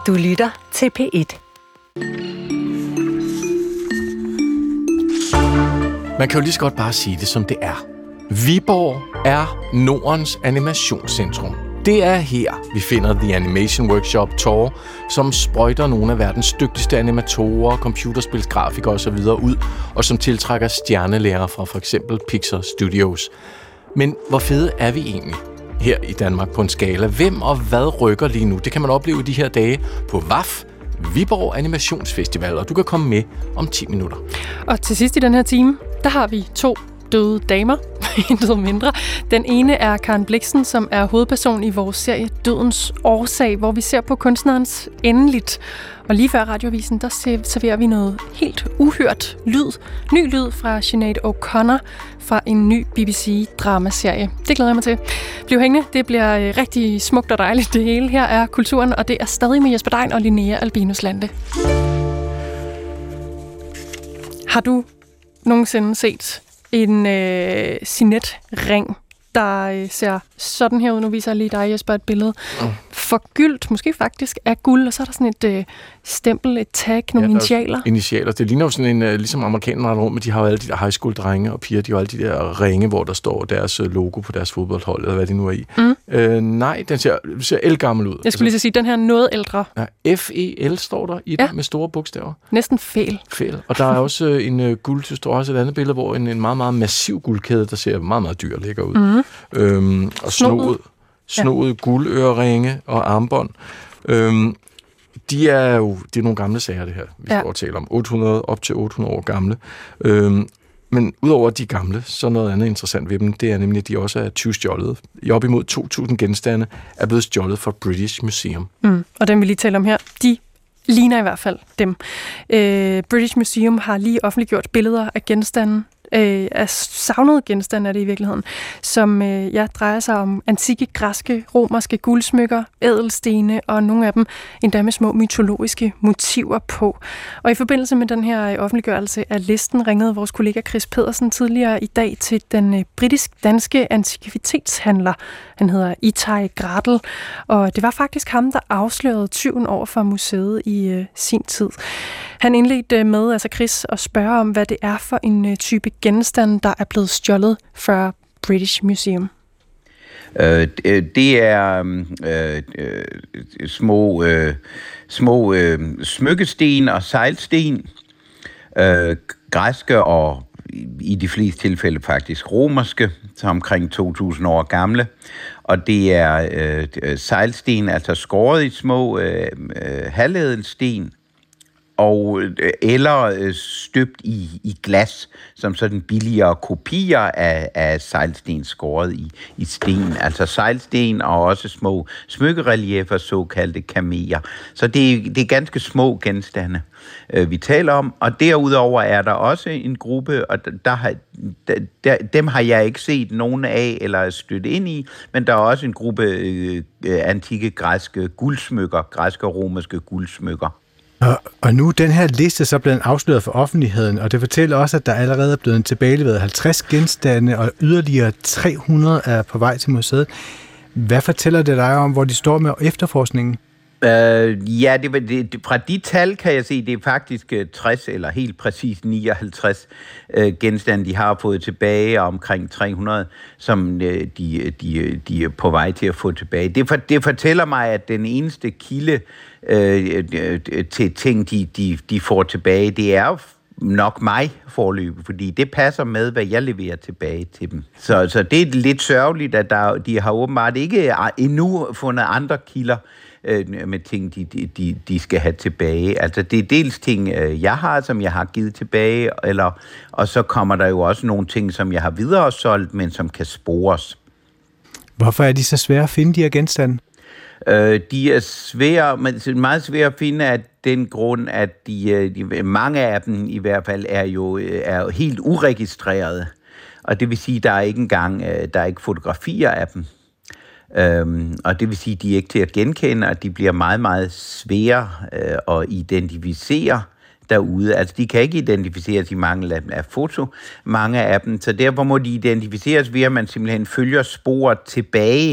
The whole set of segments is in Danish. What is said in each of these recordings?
Du lytter til P1. Man kan jo lige så godt bare sige det, som det er. Viborg er Nordens animationscentrum. Det er her, vi finder The Animation Workshop Tour, som sprøjter nogle af verdens dygtigste animatorer, computerspilsgrafikere osv. ud, og som tiltrækker stjernelærere fra for eksempel Pixar Studios. Men hvor fede er vi egentlig her i Danmark på en skala? Hvem og hvad rykker lige nu? Det kan man opleve de her dage på VAF, Viborg Animationsfestival, og du kan komme med om 10 minutter. Og til sidst i den her time, der har vi 2 døde damer, intet mindre. Den ene er Karen Blixen, som er hovedperson i vores serie Dødens Årsag, hvor vi ser på kunstnerens endeligt. Og lige før Radiovisen, der serverer vi noget helt uhørt lyd. Ny lyd fra Sinead O'Connor fra en ny BBC-dramaserie. Det glæder jeg mig til. Bliv hængende, det bliver rigtig smukt og dejligt det hele. Her er Kulturen, og det er stadig med Jesper Dein og Linnea Albinus Lande. Har du nogensinde set en signet-ring, der ser sådan her ud? Nu viser jeg lige dig, Jesper, et billede. Forgyldt, måske faktisk, af guld, og så er der sådan et stempel, et tag, nogle initialer. Initialer. Det ligner jo sådan en, ligesom amerikanerne rundt, men de har jo alle de der high school-drenge og piger, de har jo alle de der ringe, hvor der står deres logo på deres fodboldhold, eller hvad de nu er i. Nej, den ser ældgammel ud. Jeg skulle lige så sige, den her er noget ældre. Ja, F-E-L står der i den, med store bogstaver. Næsten fæl. Og der er også en også et andet billede, hvor en meget, meget massiv guldkæde, der ser meget, meget dyr lækker ud. Og snoet guldøreringe og armbånd. Det er nogle gamle sager, det her, vi skal tale om. 800 op til 800 år gamle. Men udover de gamle, så noget andet interessant ved dem, det er nemlig, at de også er tyvstjålet. I op imod 2.000 genstande er blevet stjålet fra British Museum. Og dem vi lige taler om her, de ligner i hvert fald dem. British Museum har lige offentliggjort billeder af genstande, af savnede genstande er det i virkeligheden, som drejer sig om antikke, græske, romerske guldsmykker, ædelstene og nogle af dem endda med små mytologiske motiver på. Og i forbindelse med den her offentliggørelse af listen ringede vores kollega Chris Pedersen tidligere i dag til den britisk-danske antikvitetshandler. Han hedder Itai Gradel, og det var faktisk ham, der afslørede tyven over for museet i sin tid. Han indledte med, altså Chris, at spørge om, hvad det er for en type genstand, der er blevet stjålet fra British Museum. Det er små smykkesten og sejlsten, græske og i de fleste tilfælde faktisk romerske, så omkring 2.000 år gamle. Og det er sejlsten, altså skåret i små halvædelsten, og eller støbt i glas, som sådan billigere kopier af sejlsten skåret i sten. Altså sejlsten og også små smykkerelieffer, såkaldte kameler. Så det er ganske små genstande, vi taler om. Og derudover er der også en gruppe, og dem har jeg ikke set nogen af eller stødt ind i, men der er også en gruppe antikke græske guldsmykker, græske og romerske guldsmykker. Og nu den her liste så blevet afsløret for offentligheden, og det fortæller også, at der allerede er blevet tilbageleveret 50 genstande, og yderligere 300 er på vej til museet. Hvad fortæller det dig om, hvor de står med efterforskningen? Fra de tal kan jeg se, det er faktisk 60 eller helt præcis 59 genstande, de har fået tilbage, og omkring 300, som de er på vej til at få tilbage. Det fortæller mig, at den eneste kilde til ting, de får tilbage, det er nok mig forløbet, fordi det passer med, hvad jeg leverer tilbage til dem. Så det er lidt sørgeligt, at de har åbenbart ikke endnu fundet andre kilder med ting, de skal have tilbage. Altså det er dels ting, jeg har, som jeg har givet tilbage, og så kommer der jo også nogle ting, som jeg har videresolgt, men som kan spores. Hvorfor er de så svære at finde, de her genstande? De er meget svære at finde af den grund, at mange af dem i hvert fald er helt uregistrerede. Og det vil sige, at der er ikke fotografier af dem. Og det vil sige, at de er ikke til at genkende, og de bliver meget, meget svære at identificere derude. Altså, de kan ikke identificeres i mangel af foto, mange af dem. Så derfor må de identificeres ved, at man simpelthen følger sporet tilbage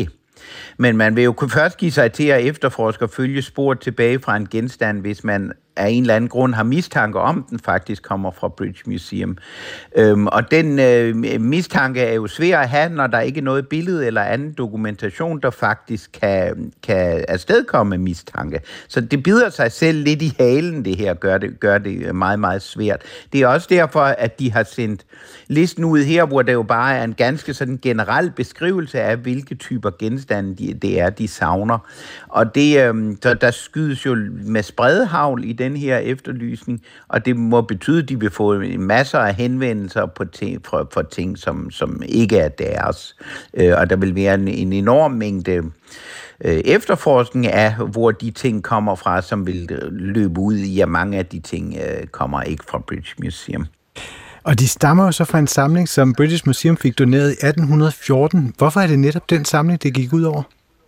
Men man vil jo først give sig til at efterforske og følge spor tilbage fra en genstand, hvis man af en eller anden grund har mistanke om, den faktisk kommer fra British Museum. Og den mistanke er jo svær at have, når der ikke er noget billede eller anden dokumentation, der faktisk kan afstedkomme mistanke. Så det bider sig selv lidt i halen, det her, gør det meget, meget svært. Det er også derfor, at de har sendt listen ud her, hvor der jo bare er en ganske sådan generel beskrivelse af, hvilke typer genstande det er, de savner. Og der skydes jo med spredehagl i den her efterlysning, og det må betyde, at de vil få masser af henvendelser på for ting, som ikke er deres. Og der vil være en enorm mængde efterforskning af, hvor de ting kommer fra, som vil løbe ud i, at mange af de ting kommer ikke fra British Museum. Og de stammer jo så fra en samling, som British Museum fik doneret i 1814. Hvorfor er det netop den samling, det gik ud over?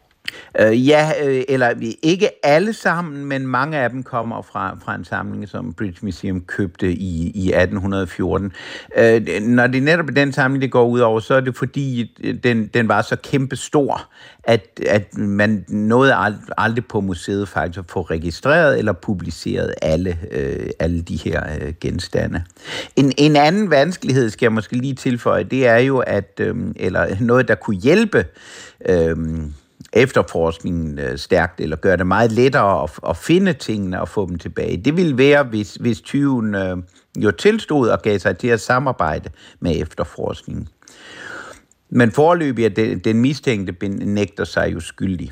Eller ikke alle sammen, men mange af dem kommer fra en samling, som British Museum købte i 1814. Når det netop er den samling, det går ud over, så er det fordi, den var så kæmpe stor, at man nåede aldrig på museet faktisk at få registreret eller publiceret alle de her genstande. En anden vanskelighed, skal jeg måske lige tilføje, det er jo, eller noget, der kunne hjælpe efterforskningen stærkt, eller gøre det meget lettere at finde tingene og få dem tilbage. Det ville være, hvis tyven jo tilstod og gav sig til at samarbejde med efterforskningen. Men foreløbig er den mistænkte nægter sig jo skyldig.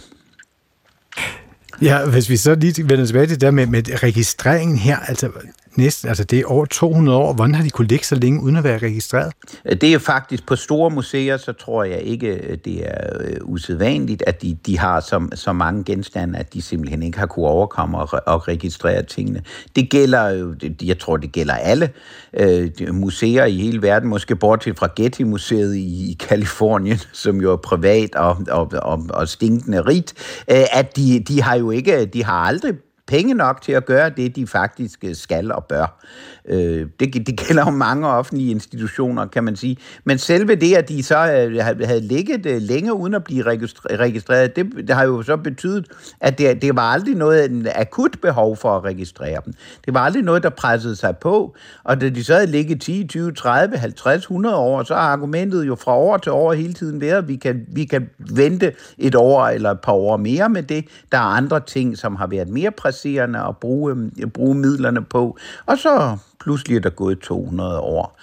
Ja, hvis vi så lige vender tilbage til det der med registreringen her, altså det er over 200 år. Hvordan har de kunne ligge så længe uden at være registreret? Det er faktisk på store museer, så tror jeg ikke, det er usædvanligt, at de har så mange genstande, at de simpelthen ikke har kunne overkomme og registrere tingene. Det gælder jo, jeg tror, det gælder alle museer i hele verden, måske bortset fra Getty-museet i Kalifornien, som jo er privat og stinkende rigt, at de har jo ikke, de har aldrig penge nok til at gøre det, de faktisk skal og bør. Det gælder jo mange offentlige institutioner, kan man sige. Men selve det, at de så havde ligget længe uden at blive registreret, det har jo så betydet, at det var aldrig noget akut behov for at registrere dem. Det var aldrig noget, der pressede sig på. Og da de så havde ligget 10, 20, 30, 50, 100 år, så har argumentet jo fra år til år hele tiden været, at vi kan vente et år eller et par år mere med det. Der er andre ting, som har været mere presserende at bruge midlerne på. Og så pludselig er der gået 200 år.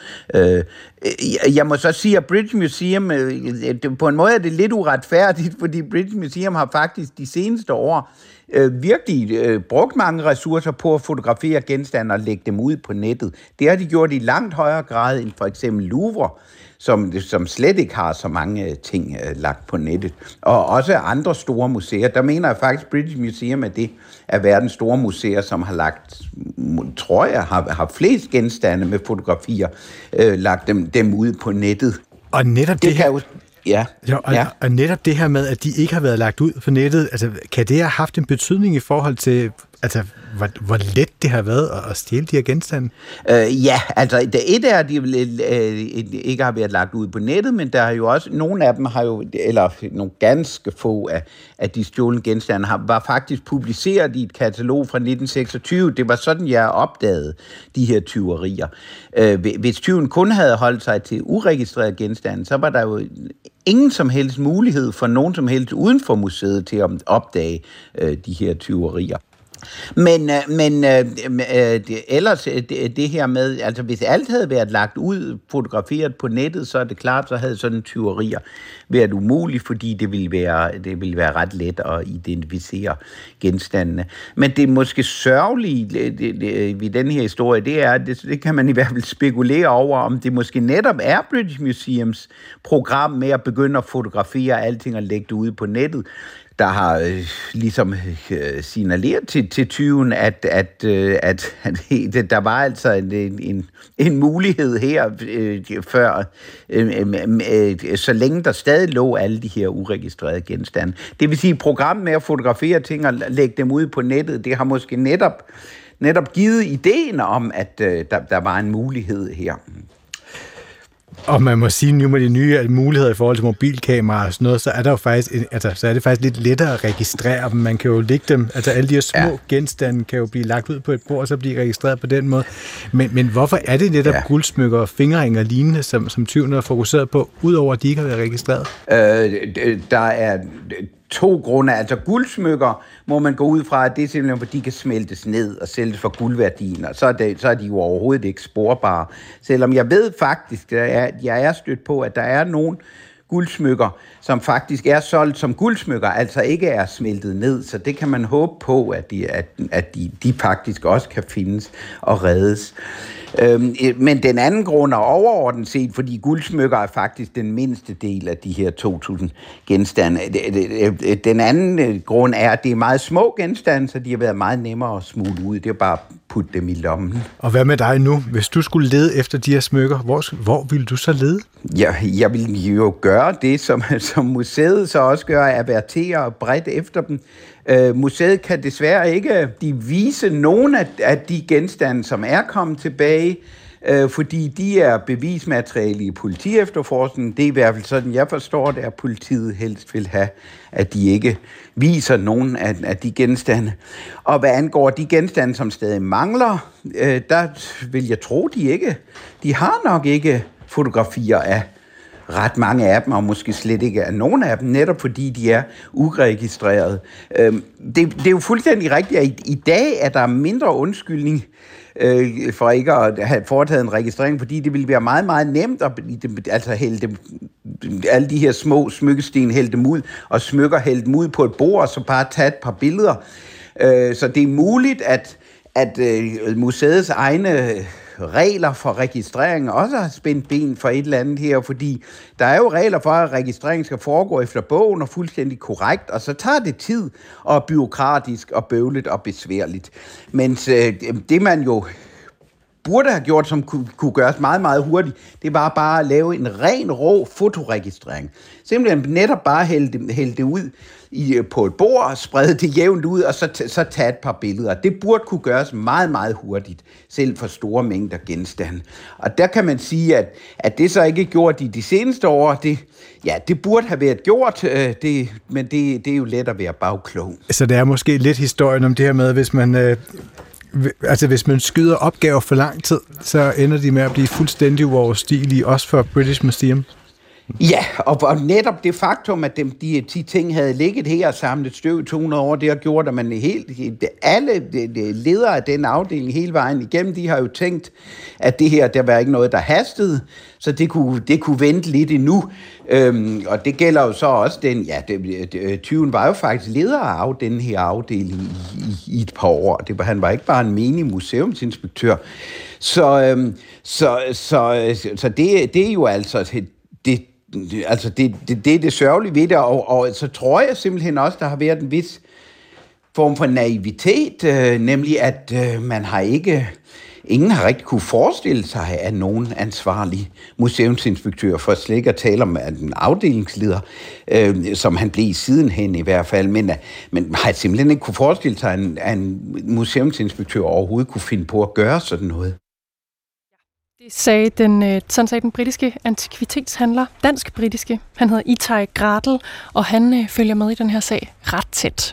Jeg må så sige, at British Museum, på en måde er det lidt uretfærdigt, fordi British Museum har faktisk de seneste år virkelig brugt mange ressourcer på at fotografere genstande og lægge dem ud på nettet. Det har de gjort i langt højere grad end for eksempel Louvre, som slet ikke har så mange ting lagt på nettet. Og også andre store museer. Der mener jeg faktisk, British Museum, at det er verdens store museer, som har lagt, tror jeg, har flest genstande med fotografier, lagt dem ud på nettet. Og netop det her... Jo, ja. Og netop det her med, at de ikke har været lagt ud på nettet, altså, kan det have haft en betydning i forhold til, altså, hvor let det har været at stjæle de her genstande? Et er, at de ikke har været lagt ud på nettet, men der er jo også, nogle af dem har jo, eller nogle ganske få af de stjålne genstande, var faktisk publiceret i et katalog fra 1926. Det var sådan, jeg opdagede de her tyverier. Hvis tyven kun havde holdt sig til uregistrerede genstande, så var der jo ingen som helst mulighed for nogen som helst uden for museet til at opdage de her tyverier. Men ellers det her med, altså hvis alt havde været lagt ud, fotograferet på nettet, så er det klart, så havde sådan tyverier været umuligt, fordi det ville være ret let at identificere genstandene. Men det er måske sørgeligt ved den her historie, det er, det kan man i hvert fald spekulere over, om det måske netop er British Museums program med at begynde at fotografere alting og lægge det ude på nettet, der har ligesom signaleret til tyven, at der var altså en mulighed her før, så længe der stadig lå alle de her uregistrerede genstande. Det vil sige, at programmet med at fotografere ting og lægge dem ud på nettet, det har måske netop givet ideen om, at der var en mulighed her. Og man må sige, nu med de nye muligheder i forhold til mobilkameraer og sådan noget, så er der jo faktisk, så er det faktisk lidt lettere at registrere dem. Man kan jo lægge dem, altså alle de her små genstande kan jo blive lagt ud på et bord, og så blive registreret på den måde. Men hvorfor er det netop guldsmykker og fingerring og lignende, som tyven er fokuseret på, udover at de ikke har været registreret? Der er 2 grunde. Altså guldsmykker må man gå ud fra, at det er simpelthen, fordi de kan smeltes ned og sælges for guldværdien, og så er de jo overhovedet ikke sporbare. Selvom jeg ved faktisk, at jeg er stødt på, at der er nogle guldsmykker, som faktisk er solgt som guldsmykker, altså ikke er smeltet ned, så det kan man håbe på, at de faktisk også kan findes og reddes. Men den anden grund er overordnet set, fordi guldsmykker er faktisk den mindste del af de her 2.000 genstande. Den anden grund er, at det er meget små genstande, så de har været meget nemmere at smule ud. Det er bare at putte dem i lommen. Og hvad med dig nu? Hvis du skulle lede efter de her smykker, hvor ville du så lede? Jeg vil jo gøre det, som museet så også gør, at avertere bredt efter dem. Museet kan desværre ikke vise nogen af de genstande, som er kommet tilbage, fordi de er bevismateriale i politiefterforskningen. Det er i hvert fald sådan, jeg forstår det, at politiet helst vil have, at de ikke viser nogen af de genstande. Og hvad angår de genstande, som stadig mangler, der vil jeg tro, de har nok ikke fotografier af ret mange af dem, og måske slet ikke af nogen af dem, netop fordi de er uregistreret. Det er jo fuldstændig rigtigt, at i dag er der mindre undskyldning for ikke at have foretaget en registrering, fordi det ville være meget, meget nemt at hælde dem, alle de her små smykkesten, hælde dem ud, og smykker hælde dem ud på et bord, og så bare tage et par billeder. Så det er muligt, at museets egne regler for registrering også har spændt ben for et eller andet her, fordi der er jo regler for, at registrering skal foregå efter bogen og fuldstændig korrekt, og så tager det tid og er bureaukratisk og bøvlet og besværligt. Mens det man jo burde have gjort, som kunne gøres meget, meget hurtigt, det var bare at lave en ren, rå fotoregistrering. Simpelthen netop bare hælde det ud på et bord, sprede det jævnt ud, og så tage et par billeder. Det burde kunne gøres meget, meget hurtigt, selv for store mængder genstande. Og der kan man sige, at det så ikke er gjort i de seneste år. Det burde have været gjort, men det er jo let at være bagklog. Så det er måske lidt historien om det her med, hvis man skyder opgaver for lang tid, så ender de med at blive fuldstændig uoverstigelige, også for British Museum. Ja, og netop det faktum, at de ting havde ligget her og samlet støv 200 år, det har gjort, at man alle ledere af den afdeling hele vejen igennem, de har jo tænkt, at det her, der var ikke noget, der hastede, så det kunne vente lidt endnu. Og det gælder jo så også tyven var jo faktisk leder af den her afdeling i et par år. Han var ikke bare en menig museumsinspektør. Så det er jo altså det er det sørgelige ved det, og så tror jeg simpelthen også, der har været en vis form for naivitet, nemlig at ingen har rigtig kunne forestille sig, at nogen ansvarlig museumsinspektør, for slet ikke at tale om en afdelingsleder, som han blev sidenhen i hvert fald, men har simpelthen ikke kunne forestille sig, at en museumsinspektør overhovedet kunne finde på at gøre sådan noget. Sådan sagde den britiske antikvitetshandler, dansk-britiske. Han hedder Itai Gradel, og han følger med i den her sag ret tæt.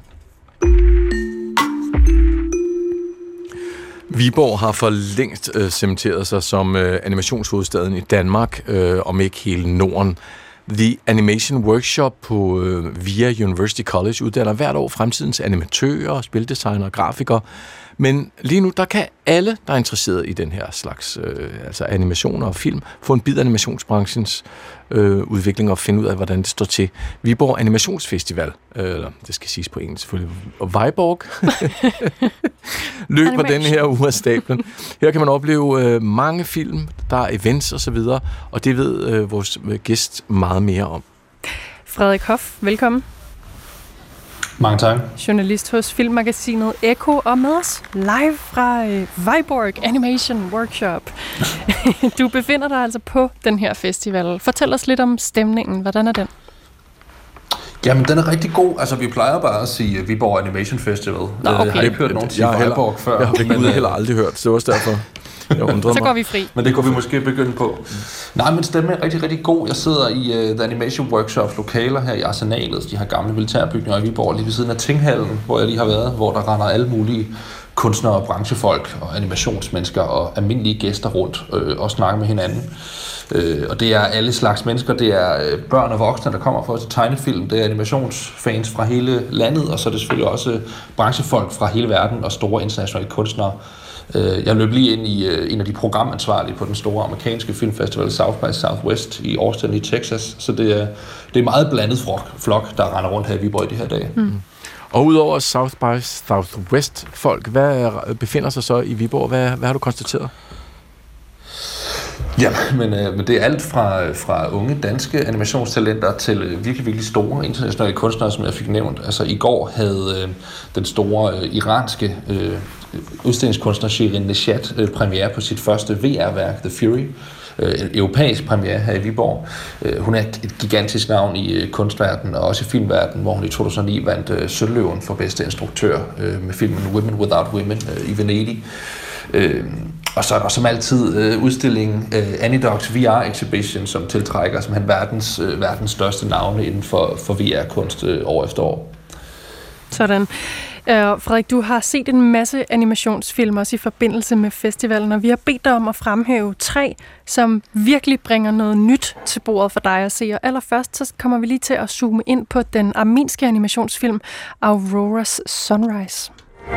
Viborg har for længst cementeret sig som animationshovedstaden i Danmark, om ikke hele Norden. The Animation Workshop på VIA University College uddanner hvert år fremtidens animatører, spildesignere og grafikere. Men lige nu, der kan alle, der er interesseret i den her slags animationer og film, få en bid af animationsbranchens udvikling og finde ud af, hvordan det står til. Viborg Animationsfestival, det skal siges på engelsk selvfølgelig, og Viborg løber den her uge af stablen. Her kan man opleve mange film, der er events og så videre, og det ved vores gæst meget mere om. Frederik Hoff, velkommen. Mange tak. Journalist hos filmmagasinet Echo, og med os live fra Viborg Animation Workshop. Du befinder dig altså på den her festival. Fortæl os lidt om stemningen. Hvordan er den? Jamen, den er rigtig god. Altså, vi plejer bare at sige Viborg Animation Festival. Nå, okay. Jeg har ikke hørt nogen sige Viborg før. Jeg har heller aldrig hørt, så det var også derfor. Så går vi fri. Men det kunne vi måske begynde på. Nej, men stemmen er rigtig, rigtig god. Jeg sidder i The Animation Workshops lokaler her i Arsenalet, de her gamle militærbygninger i Viborg, lige ved siden af Tinghallen, hvor jeg lige har været, hvor der render alle mulige kunstnere og branchefolk og animationsmennesker og almindelige gæster rundt og snakker med hinanden. Og det er alle slags mennesker. Det er børn og voksne, der kommer for at se tegnefilm. Det er animationsfans fra hele landet, og så er det selvfølgelig også branchefolk fra hele verden og store internationale kunstnere. Jeg løb lige ind i en af de programansvarlige på den store amerikanske filmfestival South by Southwest i Austin i Texas. Så det er meget blandet flok, der render rundt her i Viborg i de her dage. Mm. Og udover South by Southwest folk, hvad befinder sig så i Viborg? Hvad har du konstateret? Ja, men det er alt fra unge danske animationstalenter til virkelig, virkelig store internationale kunstnere, som jeg fik nævnt. Altså i går havde den store iranske udstillingskunstner Shirin Neshat premiere på sit første VR-værk, The Fury. En europæisk premiere her i Viborg. Hun er et gigantisk navn i kunstverdenen og også i filmverdenen, hvor hun i 2009 vandt Sølvløven for bedste instruktør med filmen Women Without Women i Venedig. Og så er der som altid udstillingen Anidox VR Exhibition, som tiltrækker simpelthen verdens største navne inden for VR-kunst år efter år. Sådan. Frederik, du har set en masse animationsfilm også i forbindelse med festivalen, og vi har bedt dig om at fremhæve 3, som virkelig bringer noget nyt til bordet for dig at se. Og allerførst så kommer vi lige til at zoome ind på den armenske animationsfilm Aurora's Sunrise.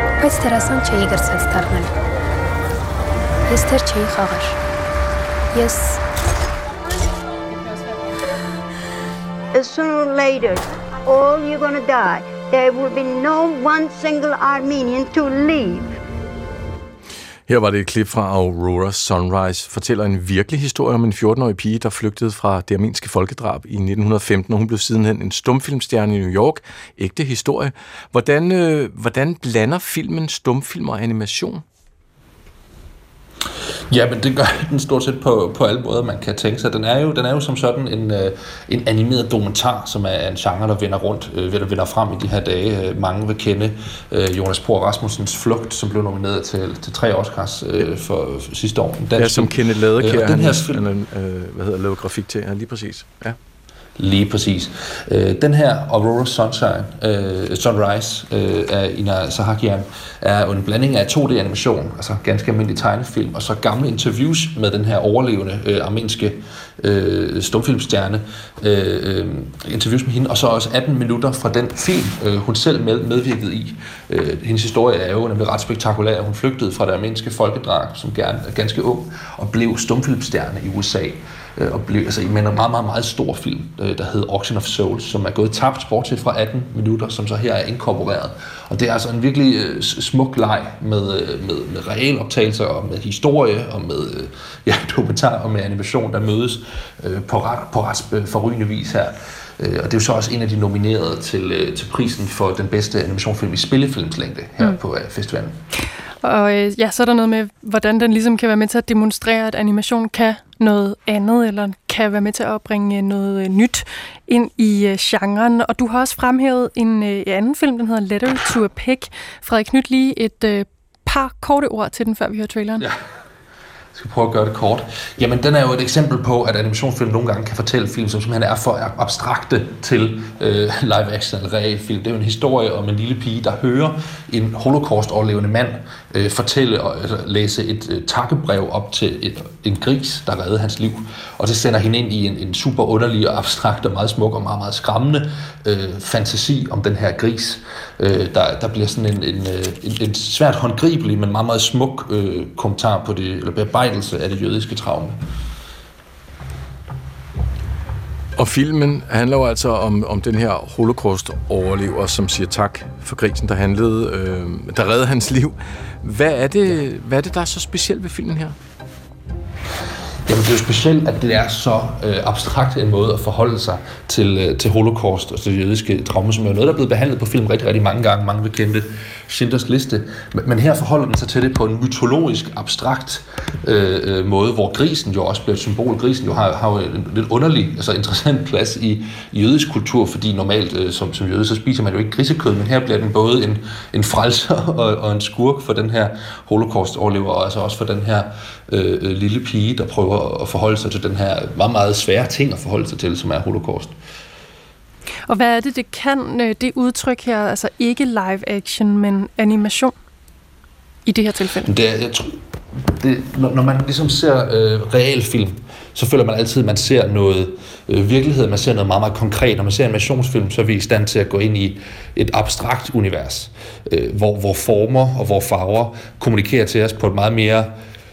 Sooner or later, all you're gonna die. There will be no one single Armenian to leave. Her var det et klip fra Aurora Sunrise, fortæller en virkelig historie om en 14-årig pige, der flygtede fra det armenske folkedrab i 1915, og hun blev sidenhen en stumfilmstjerne i New York. Ægte historie. Hvordan blander filmen stumfilm og animation? Ja, men det gør den stort set på alle måder, man kan tænke sig. Den er jo som sådan en animeret dokumentar, som er en genre, der vender frem i de her dage. Mange vil kende Jonas Poul Rasmussens Flugt, som blev nomineret til 3 Oscars for sidste år. Ja, som Kenneth Ladekjær, han lavede grafik til. Ja, lige præcis. Ja. Lige præcis. Den her Aurora Sunrise af Ina Sahakian er en blanding af 2D-animation, altså ganske almindelig tegnefilm, og så gamle interviews med den her overlevende armenske stumfilmstjerne. Interviews med hende, og så også 18 minutter fra den film, hun selv medvirkede i. Hendes historie er jo nemlig ret spektakulær. Hun flygtede fra det armenske folkedrab som ganske ung, og blev stumfilmstjerne i USA. Og blev altså med en meget, meget, meget stor film, der hed Auction of Souls, som er gået tabt bortset fra 18 minutter, som så her er inkorporeret. Og det er altså en virkelig smuk leg med realoptagelser og med historie og med dokumentar og med animation, der mødes på ret forrygende vis her. Og det er jo så også en af de nominerede til prisen for den bedste animationsfilm i spillefilmslængde her på festivalen. Og så er der noget med, hvordan den ligesom kan være med til at demonstrere, at animation kan noget andet, eller kan være med til at bringe noget nyt ind i genren. Og du har også fremhævet en anden film, den hedder Letter to a Pig. Frederik, knyt lige et par korte ord til den, før vi hører traileren. Ja. Jeg skal prøve at gøre det kort. Jamen, den er jo et eksempel på, at animationsfilm nogle gange kan fortælle film, som simpelthen er for abstrakte til live-action eller realfilm. Det er jo en historie om en lille pige, der hører en holocaust-overlevende mand fortælle og læse et takkebrev op til en gris, der reddede hans liv. Og det sender hende ind i en super underlig og abstrakt og meget smuk og meget, meget skræmmende fantasi om den her gris. Der bliver sådan en svært håndgribelig, men meget, meget smuk kommentar på det, eller bearbejdelse af det jødiske traume. Og filmen handler jo altså om den her holocaust-overlever, som siger tak for grisen, der reddede hans liv. Hvad er det, der er så specielt ved filmen her? Jamen, det er jo specielt, at det er så abstrakt en måde at forholde sig til holocaust og til jødiske traumer, som er noget, der er blevet behandlet på film rigtig, rigtig mange gange. Mange bekendte Schindlers Liste. Men her forholder den sig til det på en mytologisk, abstrakt måde, hvor grisen jo også bliver et symbol. Grisen jo har jo en lidt underlig, altså interessant plads i jødisk kultur, fordi normalt som jøde, så spiser man jo ikke grisekød, men her bliver den både en frelser og en skurk for den her holocaust-overlever, og altså også for den her lille pige, der prøver at forholde sig til den her meget, meget svære ting at forholde sig til, som er holocaust. Og hvad er det kan, det udtryk her, altså ikke live action, men animation i det her tilfælde? Når man ligesom ser realfilm, så føler man altid, at man ser noget virkelighed, man ser noget meget, meget konkret. Når man ser animationsfilm, så er vi i stand til at gå ind i et abstrakt univers, hvor former og hvor farver kommunikerer til os på et meget mere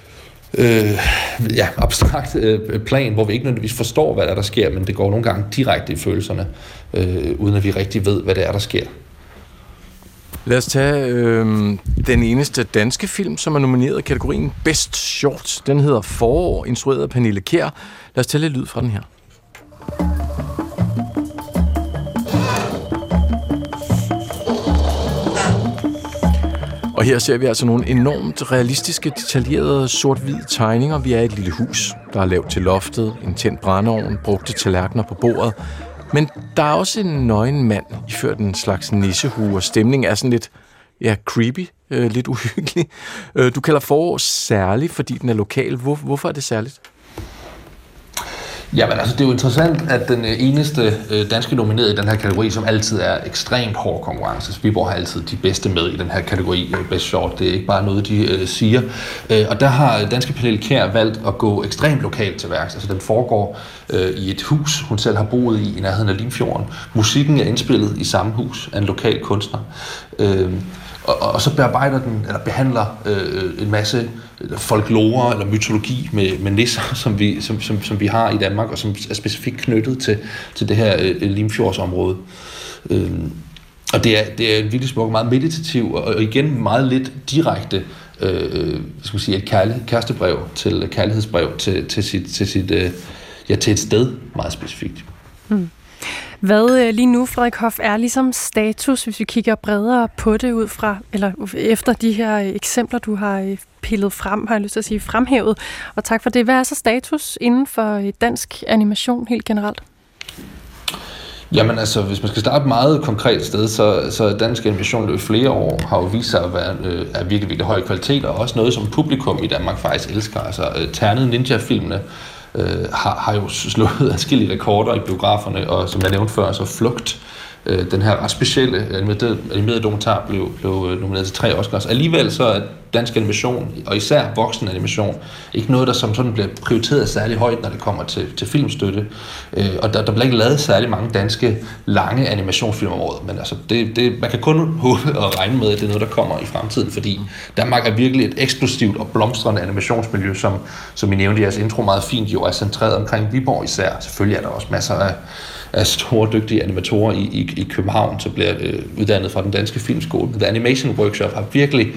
abstrakt plan, hvor vi ikke nødvendigvis forstår, hvad der sker, men det går nogle gange direkte i følelserne, uden at vi rigtig ved, hvad det er, der sker. Lad os tage den eneste danske film, som er nomineret i kategorien Best Short. Den hedder Forår, instrueret af Pernille Kjær. Lad os tage lidt lyd fra den her. Og her ser vi altså nogle enormt realistiske, detaljerede sort-hvide tegninger. Vi er i et lille hus, der er lavt til loftet, en tændt brændeovn, brugte tallerkener på bordet. Men der er også en nøgen mand, iført en slags nissehue, og stemningen er sådan lidt creepy, lidt uhyggelig. Du kalder Forår særlig, fordi den er lokal. Hvorfor er det særligt? Jamen altså, det er jo interessant, at den eneste danske nominerede i den her kategori, som altid er ekstremt hård konkurrence. Viborg har altid de bedste med i den her kategori, Best Short. Det er ikke bare noget, de siger. Og der har danske Pernille Kjær valgt at gå ekstremt lokalt til værks. Altså, den foregår i et hus, hun selv har boet i nærheden af Limfjorden. Musikken er indspillet i samme hus af en lokal kunstner. Og så behandler en masse folklore eller mytologi med nisser, som vi har i Danmark, og som er specifikt knyttet til det her Limfjordsområde. Og det er en virkelig smuk, meget meditativ, og igen meget lidt direkte, et kærestebrev til kærlighedsbrev til et sted, meget specifikt. Mm. Hvad lige nu, Frederik Hoff, er ligesom status, hvis vi kigger bredere på det ud fra, eller efter de her eksempler, du har pillet frem, har jeg lyst til at sige, fremhævet. Og tak for det. Hvad er så status inden for dansk animation helt generelt? Jamen altså, hvis man skal starte et meget konkret sted, så dansk animation i flere år har jo vist sig at være af virkelig, virkelig høj kvalitet, og også noget, som publikum i Danmark faktisk elsker. Altså, Ternet Ninja-filmene har jo slået adskillige rekorder i biograferne, og som jeg nævnte før, så Flugt, den her ret specielle animerede dokumentar, blev nomineret til 3 Oscars. Alligevel så er dansk animation, og især voksen animation, ikke noget, der som sådan bliver prioriteret særlig højt, når det kommer til filmstøtte. Og der bliver ikke lavet særlig mange danske lange animationsfilm om året, men altså man kan kun håbe og regne med, at det er noget, der kommer i fremtiden, fordi Danmark er virkelig et eksplosivt og blomstrende animationsmiljø, som I nævnte i jeres intro meget fint, jo er centreret omkring Viborg især. Selvfølgelig er der også masser af store, dygtige animatorer i København, som bliver uddannet fra den danske filmskole. The Animation Workshop har virkelig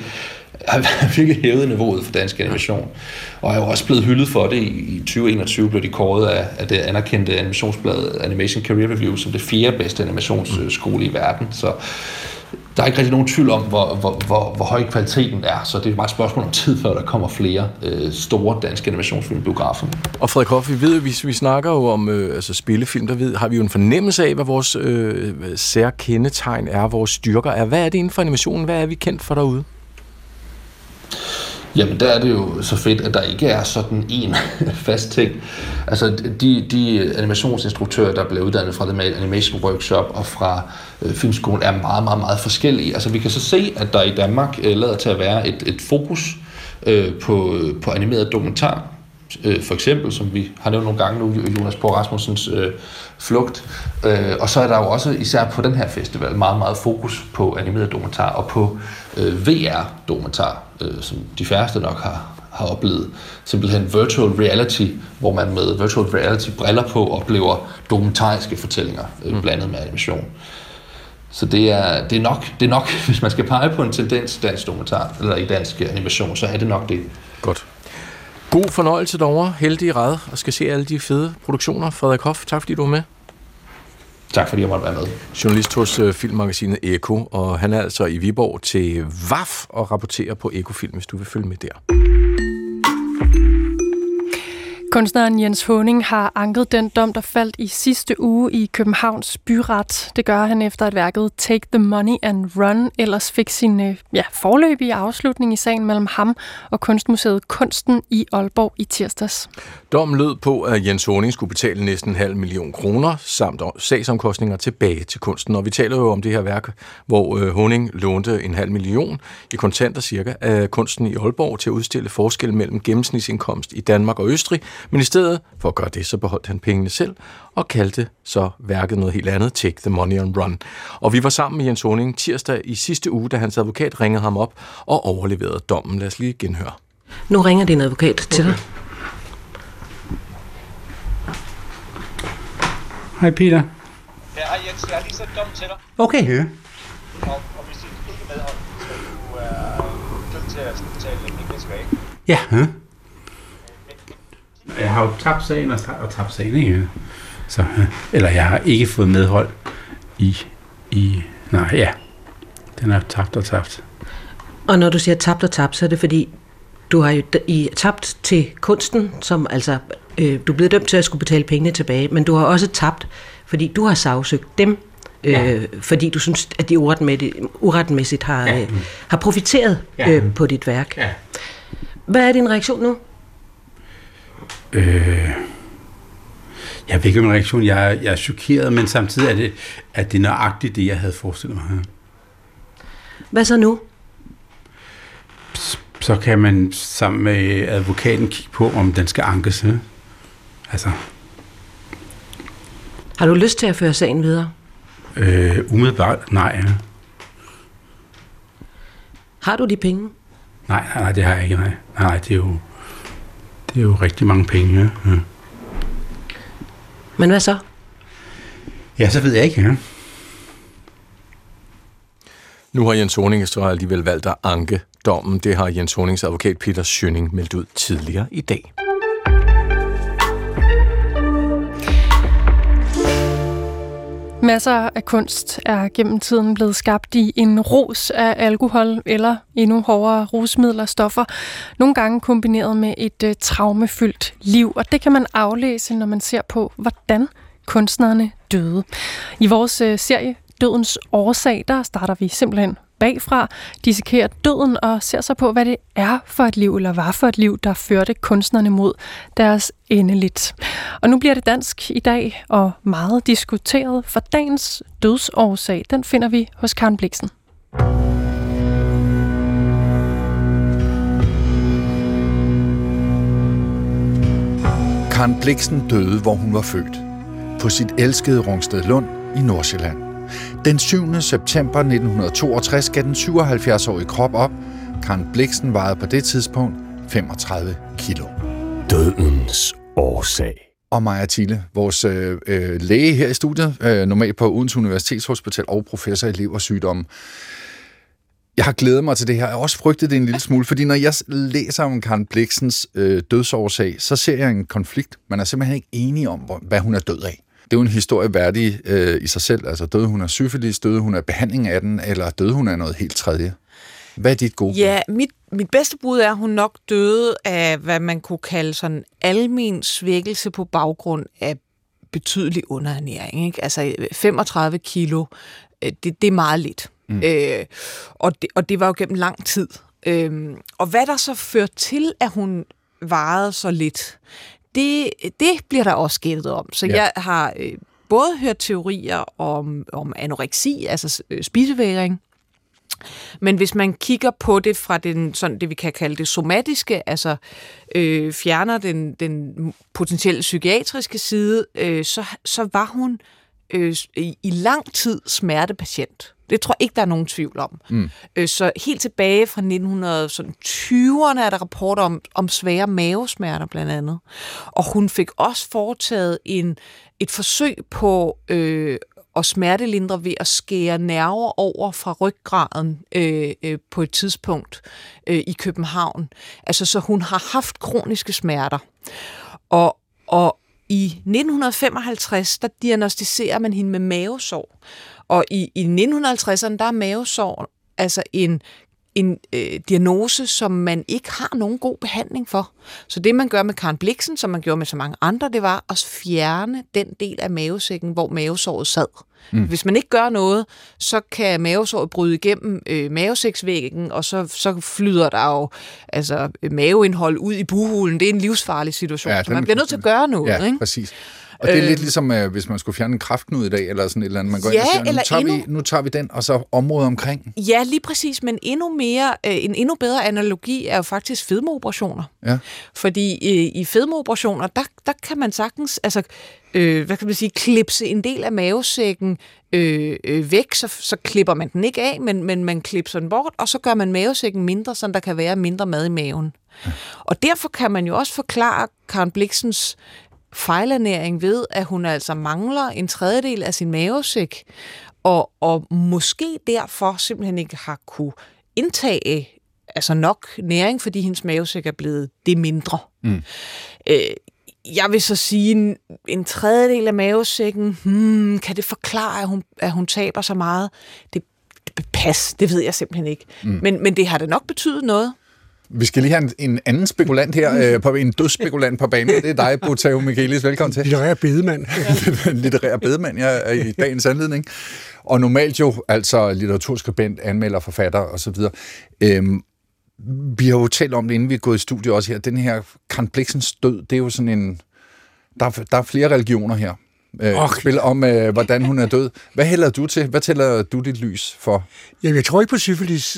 hævet niveauet for dansk animation, og er jo også blevet hyldet for det. I 2021 blev de kåret af det anerkendte animationsblad Animation Career Review som det 4. bedste animationsskole i verden. Så der er ikke rigtig nogen tvivl om, hvor høj kvaliteten er, så det er bare et spørgsmål om tid, før der kommer flere store danske animationsfilm i biograferne. Og Frederik Hoff, vi snakker jo om spillefilm, har vi jo en fornemmelse af, hvad vores særkendetegn er, vores styrker er. Hvad er det inden for animationen? Hvad er vi kendt for derude? Jamen, der er det jo så fedt, at der ikke er sådan en fast ting. Altså, de animationsinstruktører, der bliver uddannet fra The Animation Workshop og fra Filmskolen, er meget, meget, meget forskellige. Altså, vi kan så se, at der i Danmark lader til at være et fokus på animeret dokumentar. For eksempel, som vi har nævnt nogle gange nu, Jonas Borg Rasmussens Flugt. Og så er der jo også, især på den her festival, meget, meget fokus på animeret dokumentar og på VR-dokumentar, som de færreste nok har oplevet. Simpelthen virtual reality, hvor man med virtual reality-briller på oplever dokumentariske fortællinger blandet med animation. Så det er nok, hvis man skal pege på en tendens i dansk dokumentar, eller i dansk animation, så er det nok det. Godt. God fornøjelse derovre. Heldig i rad og skal se alle de fede produktioner. Frederik Hoff, tak fordi du var med. Tak fordi jeg måtte være med. Journalist hos filmmagasinet Eko, og han er altså i Viborg til VAF og rapporterer på Eko-film, hvis du vil følge med der. Kunstneren Jens Haaning har anket den dom, der faldt i sidste uge i Københavns byret. Det gør han efter, at værket Take the Money and Run ellers fik sin forløbige afslutning i sagen mellem ham og Kunstmuseet Kunsten i Aalborg i tirsdags. Dommen lød på, at Jens Haaning skulle betale næsten 500.000 kroner samt sagsomkostninger tilbage til kunsten. Og vi taler jo om det her værk, hvor Haaning lånte 500.000 i kontanter cirka af kunsten i Aalborg til at udstille forskel mellem gennemsnitsindkomst i Danmark og Østrig. Men i stedet for at gøre det, så beholdt han pengene selv og kaldte så værket noget helt andet, Take the Money and Run. Og vi var sammen med Jens Haaning tirsdag i sidste uge, da hans advokat ringede ham op og overleverede dommen. Lad os lige genhøre. Nu ringer din advokat til dig. Hej Peter. Ja, hej Jens, jeg har lige sendt dommen til dig. Okay. Ja. Og hvis du ikke medhold, så du er dømt til at betale penge tilbage. Ja. Jeg har jo tabt sagen og tabt sagen, ikke? Så, eller jeg har ikke fået medhold den er tabt og tabt. Og når du siger tabt og tabt, så er det fordi, du har jo tabt til kunsten, som altså, du er blevet dømt til at skulle betale pengene tilbage, men du har også tabt, fordi du har sagsøgt dem, fordi du synes, at de uretmæssigt har profiteret på dit værk. Ja. Hvad er din reaktion nu? Jeg ved ikke, om en reaktion. Jeg er chokeret, men samtidig er det nøjagtigt det, jeg havde forestillet mig. Hvad så nu? Så kan man sammen med advokaten kigge på, om den skal ankes. Altså. Har du lyst til at føre sagen videre? Umiddelbart, nej. Har du de penge? Nej, det har jeg ikke. Nej, det er jo rigtig mange penge. Ja. Men hvad så? Ja, så ved jeg ikke. Ja. Nu har Jens Haaning alligevel valgt at anke dommen. Det har Jens Haanings advokat Peter Schønning meldt ud tidligere i dag. Masser af kunst er gennem tiden blevet skabt i en rus af alkohol eller endnu hårdere rusmidler og stoffer, nogle gange kombineret med et traumefyldt liv. Og det kan man aflæse, når man ser på, hvordan kunstnerne døde. I vores serie Dødens årsag, der starter vi simpelthen bagfra, dissekerer døden og ser så på, hvad det er for et liv, eller var for et liv, der førte kunstnerne mod deres endeligt. Og nu bliver det dansk i dag, og meget diskuteret, for dagens dødsårsag, den finder vi hos Karen Blixen. Karen Blixen døde, hvor hun var født. På sit elskede Rungsted Lund i Nordsjælland. Den 7. september 1962 gav den 77-årige krop op. Karen Blixen vejede på det tidspunkt 35 kilo. Dødens årsag. Og Maja Thiele, vores læge her i studiet, normalt på Odense Universitetshospital og professor i leversygdomme. Jeg har glædet mig til det her. Jeg har også frygtet det en lille smule, fordi når jeg læser om Karen Blixens dødsårsag, så ser jeg en konflikt. Man er simpelthen ikke enige om, hvad hun er død af. Det er jo en historie værdig i sig selv. Altså døde hun af syfilis, døde hun af behandling af den, eller døde hun af noget helt tredje? Hvad er dit gode bud? Ja, mit bedste bud er, at hun nok døde af, hvad man kunne kalde sådan almen svækkelse på baggrund af betydelig underernæring. Ikke? Altså 35 kilo, det er meget lidt. Og det var jo gennem lang tid. Og hvad der så førte til, at hun vejede så lidt, det bliver der også gættet om. Så jeg har både hørt teorier om anoreksi, altså spisevægring, men hvis man kigger på det fra det vi kan kalde det somatiske, altså fjerner den potentielle psykiatriske side, så var hun i lang tid smertepatient. Det tror jeg ikke, der er nogen tvivl om. Så helt tilbage fra 1920'erne er der rapporter om svære mavesmerter blandt andet. Og hun fik også foretaget et forsøg på og smertelindre ved at skære nerver over fra ryggraden på et tidspunkt i København. Altså, så hun har haft kroniske smerter. Og i 1955, der diagnostiserer man hende med mavesår. Og i 1950'erne, der er mavesår altså en diagnose, som man ikke har nogen god behandling for. Så det, man gør med Karen Blixen, som man gjorde med så mange andre, det var at fjerne den del af mavesækken, hvor mavesåret sad. Hvis man ikke gør noget, så kan mavesåret bryde igennem mavesæksvæggen, og så flyder der jo altså maveindhold ud i buhulen. Det er en livsfarlig situation, så man bliver nødt til at gøre noget. Ja, ikke? Præcis. Og det er lidt ligesom, hvis man skulle fjerne en kræftknude i dag, eller sådan et eller andet. Man går ind og siger, nu tager vi den, og så området omkring. Ja, lige præcis, men en endnu bedre analogi er jo faktisk fedmeoperationer. Ja. Fordi i fedmeoperationer, der kan man sagtens, altså, hvad kan man sige, klipse en del af mavesækken væk, så klipper man den ikke af, men man klipser den bort, og så gør man mavesækken mindre, så der kan være mindre mad i maven. Ja. Og derfor kan man jo også forklare Karen Blixens fejlernæring ved, at hun altså mangler en tredjedel af sin mavesæk, og måske derfor simpelthen ikke har kunne indtage altså nok næring, fordi hendes mavesæk er blevet det mindre. Jeg vil så sige, en tredjedel af mavesækken, kan det forklare, at hun taber så meget? Det ved jeg simpelthen ikke. Men det har da nok betydet noget. Vi skal lige have en anden spekulant her, en dødsspekulant på banen. Det er dig, Botao Michaelis. Velkommen til. Litterær bedemand. Litterær bedemand, ja, i dagens anledning. Og normalt jo, altså litteraturskribent, anmelder, forfatter osv. Vi har jo talt om det, inden vi er gået i studiet også her. Den her Karen Blixens død, det er jo sådan en... Der er flere religioner her. Spil om, hvordan hun er død. Hvad hælder du til? Hvad tæller du dit lys for? Jamen, jeg tror ikke på syfilis.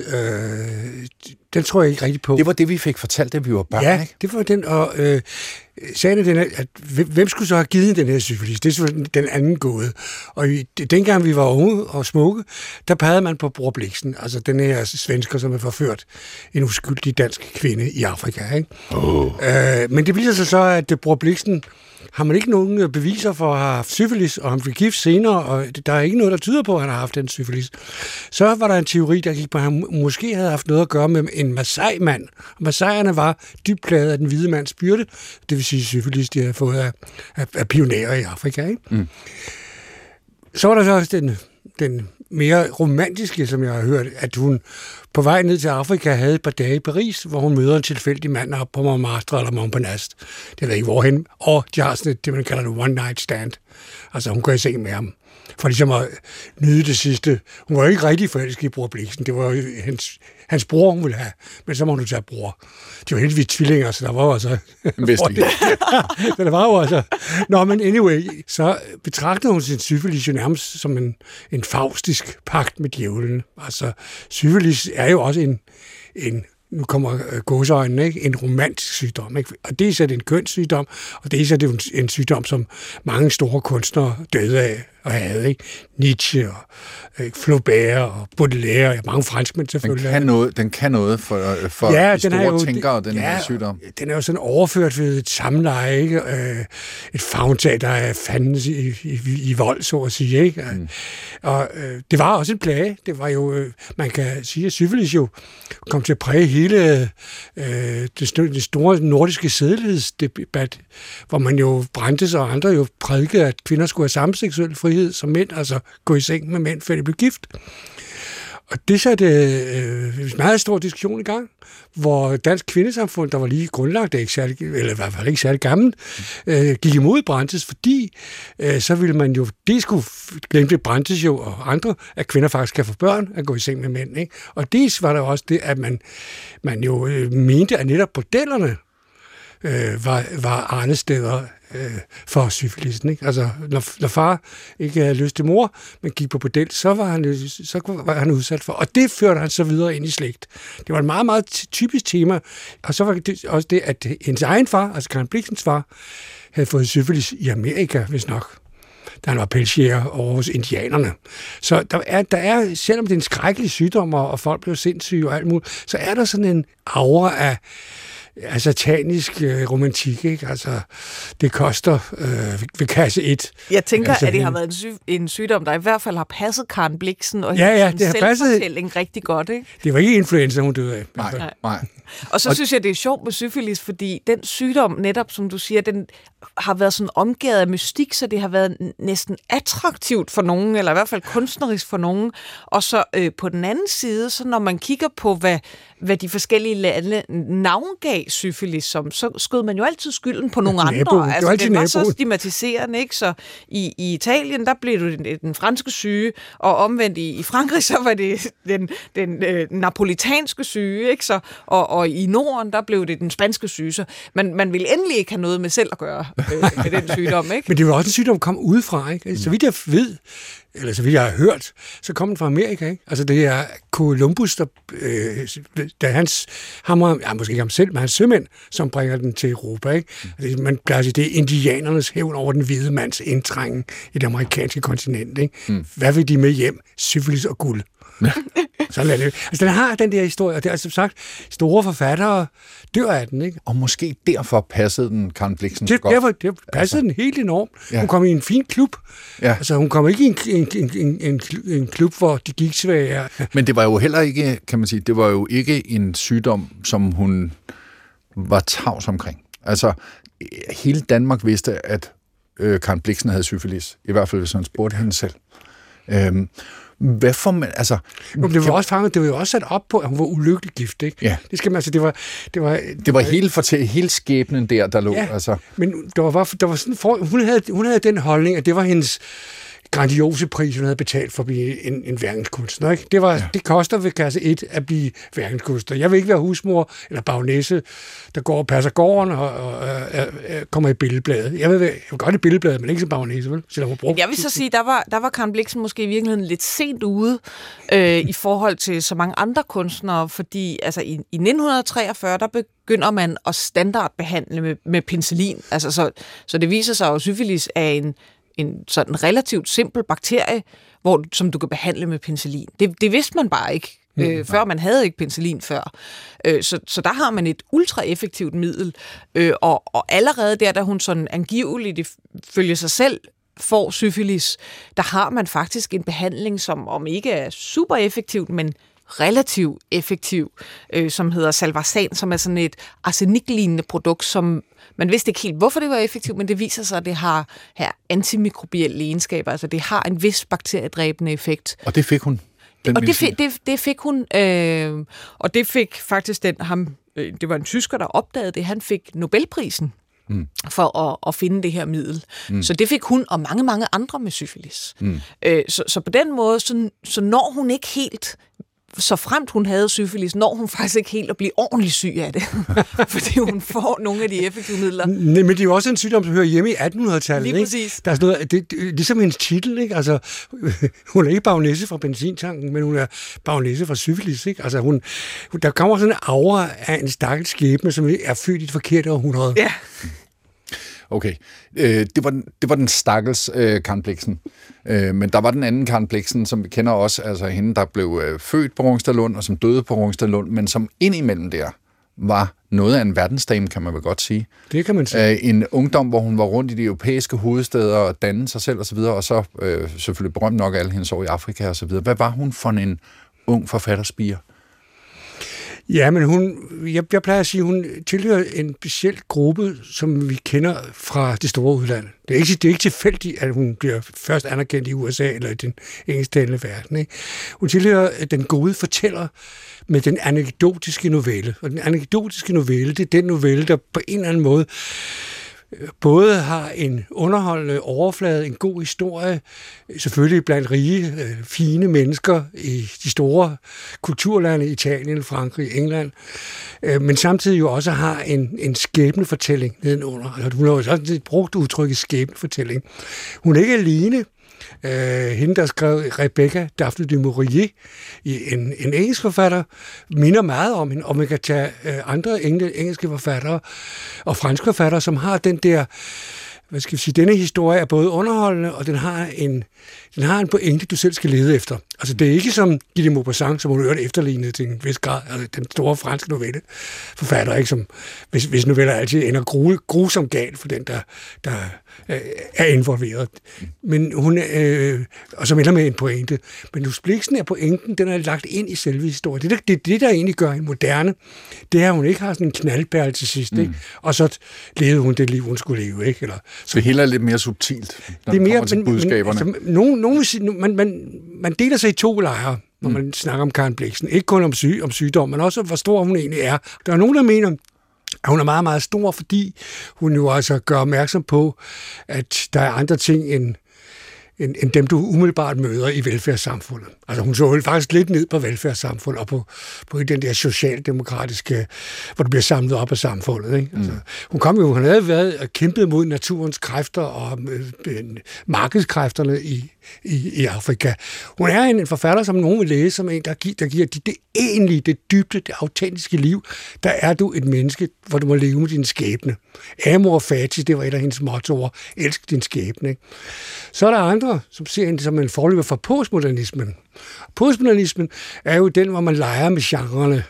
Den tror jeg ikke rigtig på. Det var det, vi fik fortalt, da vi var børn, ja, ikke? Det var den, og sagen er den, at hvem skulle så have givet den her syfilis? Det er så den anden gåde. Og dengang vi var unge og smukke, der pegede man på Bror Blixen, altså den her svensker, som har forført en uskyldig dansk kvinde i Afrika, ikke? Men det viser sig så, at Bror Blixen har man ikke nogen beviser for at have haft syfilis, og han blev gift senere, og der er ikke noget, der tyder på, at han har haft den syfilis. Så var der en teori, der gik på, at han måske havde haft noget at gøre med en Masai-mand. Masaierne var dybt plaget af den hvide mands byrde, det vil sige syfilis, de havde fået af pionerer i Afrika. Ikke? Så var der så også den mere romantiske, som jeg har hørt, at hun på vej ned til Afrika havde et par dage i Paris, hvor hun møder en tilfældig mand op på Montmartre eller Montparnasse. Det ved ikke hvorhen. Og de har sådan det, man kalder det one night stand. Altså hun går i seng med ham. For ligesom at nyde det sidste. Hun var jo ikke rigtig forelsket i Bror Blixen. Det var jo hans bror, hun ville have. Men så må du tage bror. De var heldigvis tvillinger, så der var jo altså... så der var jo altså... Nå, men anyway, så betragtede hun sin syfilis jo nærmest som en faustisk pagt med djævlen. Altså, syfilis er jo også en nu kommer gåseøjnene, ikke? En romantisk sygdom. Ikke? Og det er så en kønssygdom, og det er så en sygdom, som mange store kunstnere døde af og havde. Ikke? Nietzsche og Flaubert og Baudelaire og mange franskmænd selvfølgelig. Den kan noget for de store tænkere, den her sygdom. Den er jo sådan overført ved et samleje, ikke? Et fagntag, der er fandens i vold, så at sige. Ikke? Og det var også en plage. Det var jo, man kan sige, at syfilis jo kom til at præge hele det store nordiske sædelighedsdebat, hvor man jo brændtes, og andre jo prædikede, at kvinder skulle have samme seksuel frihed som mænd, altså gå i seng med mænd, før de blev gift. Og det satte en meget stor diskussion i gang, hvor Dansk Kvindesamfund, der var lige grundlagt, eller i hvert fald ikke særlig gammelt, gik imod Brantes, fordi så ville man jo, det skulle glemme Brantes jo og andre, at kvinder faktisk kan få børn at gå i seng med mænd. Ikke? Og det var der også det, at man jo mente, at netop bordellerne var arnesteder for syfilisen. Ikke? Altså, når far ikke havde lyst til mor, men gik på bordel, så var han udsat for. Og det førte han så videre ind i slægt. Det var et meget, meget typisk tema. Og så var det også det, at hendes egen far, altså Karen Blixens far, havde fået syfilis i Amerika, hvis nok, da han var pelsjæger over hos indianerne. Så der er, selvom det er en skrækkelig sygdom, og folk blev sindssyge og alt muligt, så er der sådan en aura af satanisk romantik, ikke? Altså, det koster ved kasse 1. Jeg tænker, at det har været en sygdom, der i hvert fald har passet Karen Blixen og hendes selvfortælling rigtig godt, ikke? Det var ikke influenza, hun døde af. Nej. Og så synes jeg, det er sjovt med syfilis, fordi den sygdom, netop som du siger, den har været sådan omgivet af mystik, så det har været næsten attraktivt for nogen, eller i hvert fald kunstnerisk for nogen. Og så på den anden side, så når man kigger på, hvad de forskellige lande navngav syfilis som, så skød man jo altid skylden på nogle andre. Altså, det var så stigmatiserende, ikke? Så i Italien, der blev det den franske syge, og omvendt i Frankrig, så var det den napolitanske syge, ikke? Så, og i Norden, der blev det den spanske syge. Så man ville endelig ikke have noget med selv at gøre med den sygdom, ikke? Men det var også en sygdom, der kom udefra, ikke? Så vidt jeg ved, eller så vidt jeg har hørt, så kom den fra Amerika, ikke? Altså det er Columbus, da måske ikke ham selv, men hans sømænd, som bringer den til Europa, ikke? Man plejer at sige, det er indianernes hævn over den hvide mands indtrængen i det amerikanske kontinent, ikke? Hvad vil de med hjem? Syfilis og guld. Sådan er det. Altså, den har den der historie, og det er altså sagt, store forfattere dør af den, ikke? Og måske derfor passede den Karen Blixen så godt. Derfor passede den helt enormt. Ja. Hun kom i en fin klub. Ja. Altså, hun kom ikke i en klub, hvor de gik svære. Men det var jo heller ikke, kan man sige, det var jo ikke en sygdom, som hun var tavs omkring. Altså, hele Danmark vidste, at Karen Blixen havde syfilis. I hvert fald, hvis man spurgte hende selv. Hvad får man, altså... Det var jo også sat op på, at hun var ulykkelig gift, ikke? Ja. Det skal man, altså, det var hele skæbnen der lå, ja, altså. Men der var sådan, hun havde den holdning, at det var hendes grandiose pris, hun havde betalt for at blive en verdenskunstner, ikke? Det koster ved kasse 1 at blive verdenskunstner. Jeg vil ikke være husmor eller bagnæsse, der går og passer gården og kommer i billedbladet. Jeg vil godt i billedbladet, men ikke som bagnæsse, vel? Jeg vil så sige, der var Karen Blixen måske i virkeligheden lidt sent ude i forhold til så mange andre kunstnere, fordi altså, i 1943, der begynder man at standardbehandle med penicillin. Altså, så det viser sig, at syfilis er en sådan relativt simpel bakterie, som du kan behandle med penicillin. Det vidste man bare ikke, før man havde ikke penicillin før. Så der har man et ultra-effektivt middel, og allerede der, da hun sådan angiveligt følger sig selv får syfilis, der har man faktisk en behandling, som om ikke er super effektivt, men relativt effektiv, som hedder Salvarsan, som er sådan et arseniklignende produkt, som man vidste ikke helt, hvorfor det var effektivt, men det viser sig, at det har her antimikrobielle egenskaber, altså det har en vis bakteriedræbende effekt. Og det fik hun? Det fik hun, og det fik faktisk det var en tysker, der opdagede det, han fik Nobelprisen for at finde det her middel. Så det fik hun og mange, mange andre med syfilis. Så på den måde, så når hun ikke helt, så fremt hun havde syfilis, når hun faktisk ikke helt at blive ordentligt syg af det. Fordi hun får nogle af de effektive midler. Men det er jo også en sygdom, som hører hjemme i 1800-tallet. Lige præcis. Der er sådan noget, det ligesom hendes titel, ikke? Altså, hun er ikke bagnæsse fra benzintanken, men hun er bagnæsse fra syfilis, ikke? Altså, der kommer sådan en aura af en stakkels skæbne, som er født i det forkerte århundrede. Ja. Okay. Det var den stakkels Karen Blixen. Men der var den anden Karen Blixen, som vi kender også, altså hende, der blev født på Rungstedlund, og som døde på Rungstedlund, men som indimellem der var noget af en verdensdame, kan man vel godt sige. Det kan man sige. En ungdom, hvor hun var rundt i de europæiske hovedsteder og dannede sig selv osv., og så selvfølgelig berømt nok alle hendes år i Afrika osv. Hvad var hun for en ung forfatterspire? Ja, men jeg plejer at sige, at hun tilhører en speciel gruppe, som vi kender fra det store udland. Det er ikke tilfældigt, at hun bliver først anerkendt i USA eller i den engelsktalende verden. Ikke? Hun tilhører den gode fortæller med den anekdotiske novelle. Og den anekdotiske novelle, det er den novelle, der på en eller anden måde både har en underholdende overflade, en god historie, selvfølgelig blandt rige, fine mennesker i de store kulturlande, Italien, Frankrig, England, men samtidig jo også har en skæbnefortælling nedenunder. Hun har jo også brugt udtrykket skæbnefortælling. Hun er ikke alene. Hende, der skrev Rebecca Daphne du Maurier, en engelsk forfatter, minder meget om hende, og man kan tage andre engelske forfattere og franske forfattere, som har den der, hvad skal vi sige, denne historie er både underholdende, og den har en pointe, du selv skal lede efter. Altså, det er ikke som Guy de Maupassant, som hun hørte efterlignet til en vis grad, altså den store franske novelleforfatter, ikke? Som, hvis noveller altid ender grusomt galt for den, der er involveret. Men hun, og som ender med en pointe. Men Luz Blixen er pointen, den er lagt ind i selve historien. Det, der egentlig gør hende moderne, det er, at hun ikke har sådan en knaldperle til sidst, ikke? Og så levede hun det liv, hun skulle leve, ikke? Eller, så det hele er lidt mere subtilt, når det kommer til budskaberne. Men, altså, nogen vil sige, man deler sig i to lejre, når man snakker om Karen Blixen. Ikke kun om sygdom, men også hvor stor hun egentlig er. Der er nogen, der mener, at hun er meget, meget stor, fordi hun jo altså gør opmærksom på, at der er andre ting end dem, du umiddelbart møder i velfærdssamfundet. Altså hun så faktisk lidt ned på velfærdssamfundet og på den der socialdemokratiske, hvor du bliver samlet op af samfundet. Ikke? Altså, hun havde været og kæmpet mod naturens kræfter og markedskræfterne i Afrika. Hun er en forfatter, som nogen vil læse, som en, der giver det egentlige, det dybde, det autentiske liv. Der er du et menneske, hvor du må leve med din skæbne. Amor fati, det var et af hendes mottoer. Elsk din skæbne. Ikke? Så er der andre, som ser hende som en forløber for postmodernismen. Postmodernismen er jo den, hvor man leger med genrerne.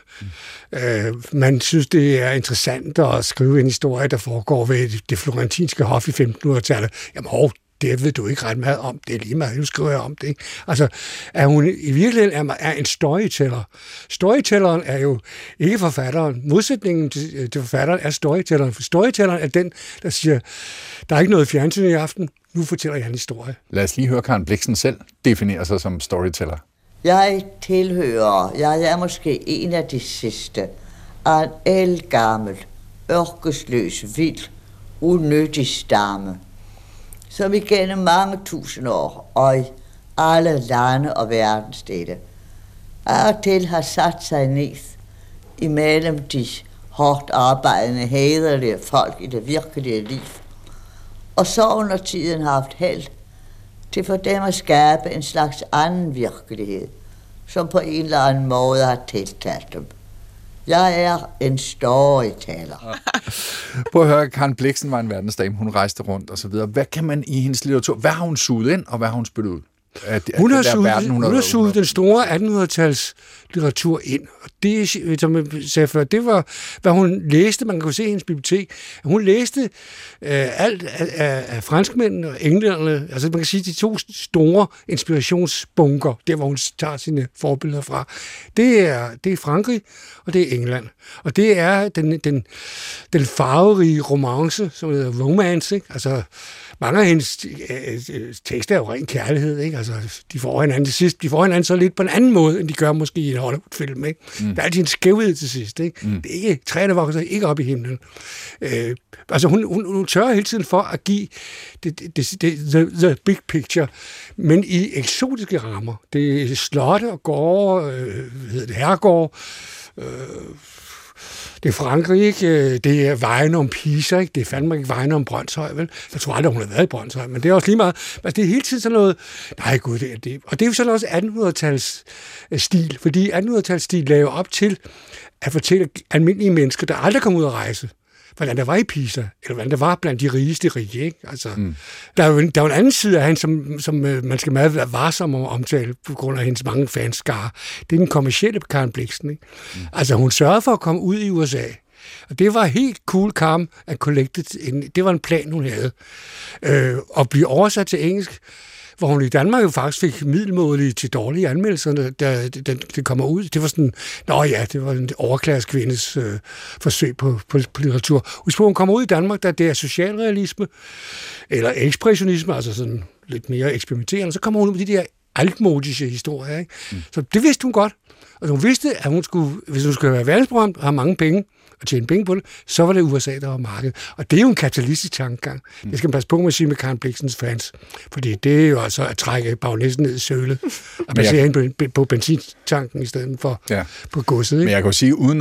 Man synes, det er interessant at skrive en historie, der foregår ved det florentinske hof i 1500-tallet. Jamen, det ved du ikke ret meget om. Det er lige meget, nu skriver jeg om det. Ikke? Altså, at hun i virkeligheden er en storyteller. Storytelleren er jo ikke forfatteren. Modsætningen til forfatteren er storytelleren. For storytelleren er den, der siger, der er ikke noget fjernsyn i aften, nu fortæller jeg en historie. Lad os lige høre Karen Blixen selv definere sig som storyteller. Jeg er måske en af de sidste, af en ældgammel, ørkesløs, vild, unyttig stamme, som igennem mange tusind år og i alle lande og verdensdele af og til har sat sig ned imellem de hårdt arbejdende, hæderlige folk i det virkelige liv, og så under tiden har haft held til for dem at skabe en slags anden virkelighed, som på en eller anden måde har tiltalt dem. Jeg er en storyteller. Prøv at høre, Karen Blixen var en verdensdame. Hun rejste rundt og så videre. Hvad kan man i hendes litteratur? Hvad har hun suget ind, og hvad har hun spillet ud? Hun har suget den store 1800-tals litteratur ind. Og det, som jeg sagde før, det var, hvad hun læste. Man kan se i hendes bibliotek. Hun læste alt af franskmændene og englænderne. Altså man kan sige, de to store inspirationsbunker, der hvor hun tager sine forbilleder fra. Det er Frankrig, og det er England. Og det er den farverige romance, som hedder romance, ikke? Altså mange af hendes tekster er jo ren kærlighed, ikke? Altså, de får hinanden til sidst. De får hinanden så lidt på en anden måde, end de gør måske i en Hollywood-film, ikke? Der er altid en skævhed til sidst, ikke? Det er ikke, træerne vokser ikke op i himlen. Altså, hun tør hele tiden for at give the big picture, men i eksotiske rammer. Det er slotte og gårde, herregårde, det er Frankrig, ikke? Det er vejen om Pisa, ikke? Det er fandme ikke vejen om Brønshøj, vel? Jeg tror aldrig, hun har været i Brønshøj, men det er også lige meget. Altså, det er hele tiden sådan noget, nej gud, det er det. Og det er jo sådan også 1800-tals stil, fordi 1800-tals stil laver op til at fortælle almindelige mennesker, der aldrig kom ud at rejse, hvordan der var i Pisa, eller hvordan der var blandt de rigeste rige, ikke? Altså, der er jo en anden side af hende, som man skal meget være varsom at omtale, på grund af hendes mange fanskare. Det er den kommercielle Karen Blixen, ikke? Altså, hun sørgede for at komme ud i USA, og det var helt cool, calm and collected. Det var en plan, hun havde. At blive oversat til engelsk, hvor hun i Danmark jo faktisk fik middelmådige til dårlige anmeldelser, da det kommer ud. Det var sådan, det var en overklassekvindes forsøg på litteratur. Hvis hun kommer ud i Danmark, der det er socialrealisme, eller ekspressionisme, altså sådan lidt mere eksperimenterende, så kommer hun ud med de der altmodiske historier, ikke? Så det vidste hun godt. Og hun vidste, at hvis hun skulle være verdensberømt og have mange penge, og tjene penge på det, så var det USA, der var markedet. Og det er jo en kapitalistisk tankegang. Det skal man passe på med at sige med Karen Blixens fans. Fordi det er jo altså at trække bagnæssen ned i sølet og basere hende på benzintanken i stedet for på godset. Ikke? Men jeg kan jo sige, uden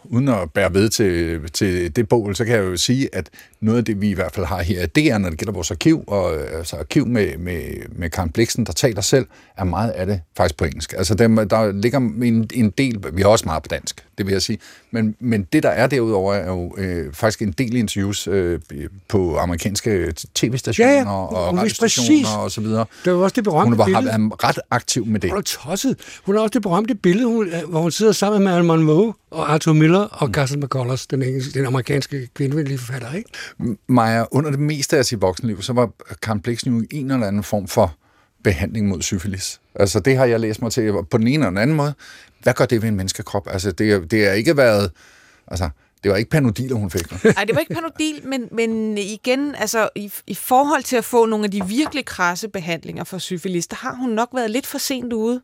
uden at bære ved til det bål, så kan jeg jo sige, at noget af det, vi i hvert fald har her, det er, når det gælder vores arkiv, og altså arkiv med Karen Blixen, der taler selv, er meget af det faktisk på engelsk. Altså der ligger en del, vi har også meget på dansk, det vil jeg sige, men det, der er derudover, er jo faktisk en del interviews på amerikanske tv-stationer og radiostationer og så videre. Det var også det berømte billede. Hun var ret aktiv med det. Hun er tosset. Hun har også det berømte billede, hvor hun sidder sammen med Marilyn Monroe og Arthur Miller og Castle McCullers, den amerikanske kvindelige forfatter, ikke? Maja, under det meste af sit voksenliv, så var Karen Blixen jo en eller anden form for behandling mod syfilis. Altså, det har jeg læst mig til på den ene eller den anden måde. Hvad gør det ved en menneskekrop? Altså, det har ikke været... Altså, det var ikke Panodil, hun fik. Nej, det var ikke Panodil, men igen, altså i forhold til at få nogle af de virkelig krasse behandlinger for syfilis, der har hun nok været lidt for sent ude.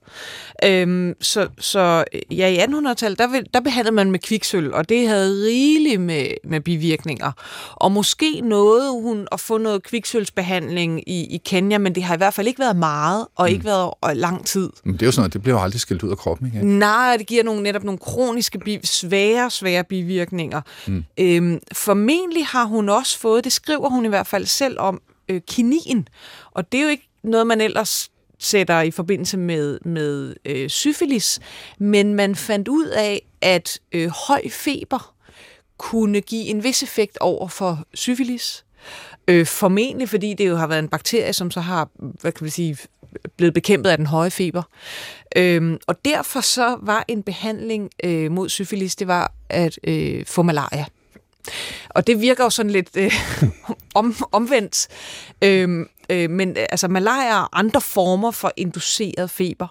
Så ja, i 1800-tallet, der behandlede man med kviksølv, og det havde rigeligt med bivirkninger. Og måske nåede hun at få noget kviksølvsbehandling i Kenya, men det har i hvert fald ikke været meget, og ikke været lang tid. Men det er jo sådan, at det bliver jo aldrig skilt ud af kroppen, ikke? Nej, det giver netop nogle kroniske, svære bivirkninger. Formentlig har hun også fået, det skriver hun i hvert fald selv om, kinin. Og det er jo ikke noget, man ellers sætter i forbindelse med syfilis, men man fandt ud af, at høj feber kunne give en vis effekt over for syfilis. Formentlig, fordi det jo har været en bakterie, som så har, blevet bekæmpet af den høje feber. Og derfor så var en behandling mod syfilis, det var at få malaria. Og det virker jo sådan lidt omvendt. Men altså malaria og andre former for induceret feber.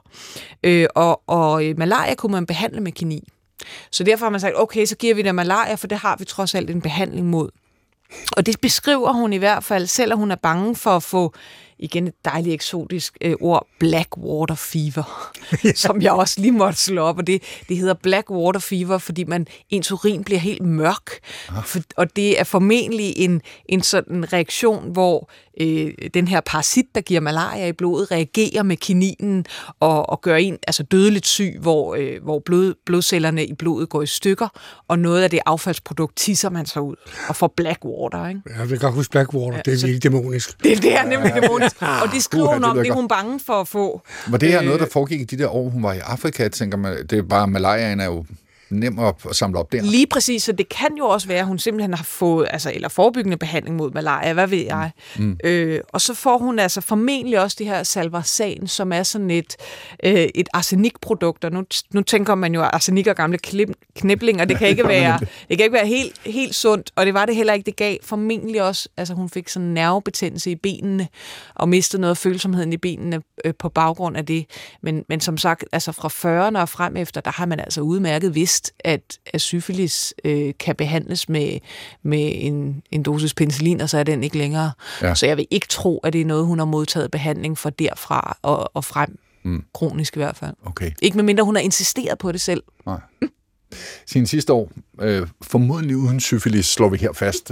Og malaria kunne man behandle med kinin. Så derfor har man sagt, okay, så giver vi det malaria, for det har vi trods alt en behandling mod. Og det beskriver hun i hvert fald, selvom hun er bange for at få, igen et dejligt eksotisk ord, Blackwater fever, som jeg også lige måtte slå op, og det hedder Blackwater fever, fordi ens urin bliver helt mørk, og det er formentlig en sådan reaktion, hvor den her parasit, der giver malaria i blodet, reagerer med kininen og gør en altså dødeligt syg, hvor blodcellerne i blodet går i stykker, og noget af det affaldsprodukt tisser man sig ud og får Blackwater, ikke? Jeg vil godt huske Blackwater, det er virkelig dæmonisk. Det er nemlig dæmonisk. Og det skriver hun om, det er hun bange for at få. Var det her noget, der foregik i de der år, hun var i Afrika? Tænker man, det er bare, malariaen er jo nem at samle op der. Lige præcis, så det kan jo også være, at hun simpelthen har fået, eller forebyggende behandling mod malaria, hvad ved jeg. Og så får hun altså formentlig også det her salvarsan, som er sådan et arsenikprodukt, og nu tænker man jo, at arsenik og gamle kniblinger, det kan ikke være helt sundt, og det var det heller ikke. Det gav formentlig også, altså hun fik sådan nervebetændelse i benene, og mistede noget af følsomheden i benene på baggrund af det. Men som sagt, altså fra 40'erne og frem efter, der har man altså udmærket vidst, at syfilis kan behandles med en dosis penicillin, og så er den ikke længere. Ja. Så jeg vil ikke tro, at det er noget, hun har modtaget behandling for derfra og frem. Kronisk i hvert fald. Okay. Ikke medmindre hun har insisteret på det selv. Nej. Siden sidste år, formodentlig uden syfilis, slår vi her fast.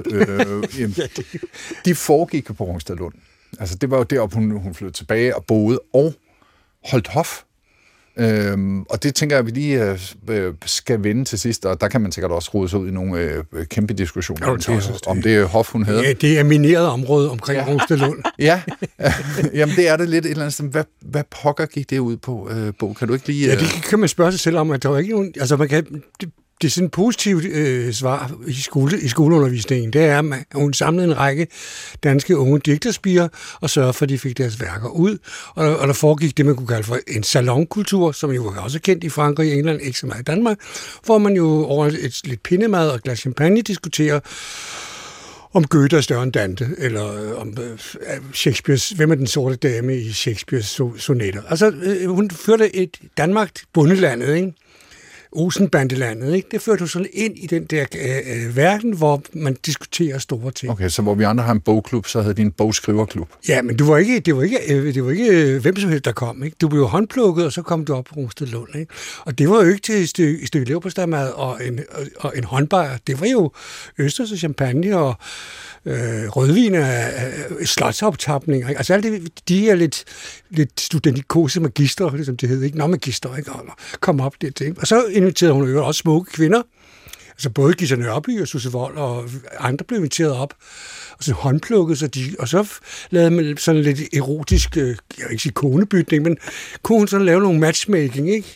De foregik på Rungstedlund. Altså, det var jo deroppe, hun flyttede tilbage og boede og holdt hof. Og det tænker jeg, at vi lige skal vende til sidst, og der kan man sikkert også rode sig ud i nogle kæmpe diskussioner om det hof, hun havde. Ja, det er mineret område omkring Rungstedlund. Ja, jamen det er det lidt et eller andet sted. Hvad pokker gik det ud på, Bo? Kan du ikke lige... Ja, det kan man spørge sig selv om, at der var ikke nogen... Altså man kan... Det er sådan et positivt svar i skoleundervisningen. Det er, at hun samlede en række danske unge digterspirer og sørgede for, at de fik deres værker ud. Og der foregik det, man kunne kalde for en salonkultur, som jo også er kendt i Frankrig og England, ikke så meget i Danmark, hvor man jo over et lidt pindemad og et glas champagne diskuterer, om Goethe er større end Dante, eller om Shakespeares, hvem er den sorte dame i Shakespeares sonetter. Altså, hun førte et Danmark bundelandet, ikke? Olsenbandelandet, ikke? Det førte jo sådan ind i den der verden, hvor man diskuterer store ting. Okay, så hvor vi andre har en bogklub, så havde de en bogskriverklub. Ja, men det var ikke hvem som helst, der kom, ikke? Du blev håndplukket, og så kom du op på Rungstedlund, ikke? Og det var jo ikke til et stykke leverpostejmad og en håndbajer. Det var jo østers og champagne og rødvin af slotsoptapninger. Altså alle de er lidt studentikose magister, som det hedder, ikke? Magister, ikke? Og kom op det ting. Og så inviterede hun jo også smukke kvinder, Altså både Gita Nørby og Susse Wold og andre blev inviteret op, og så håndplukket, og så lavede man sådan lidt erotisk, jeg vil ikke sige konebytning, men kunne hun så lave nogle matchmaking, ikke?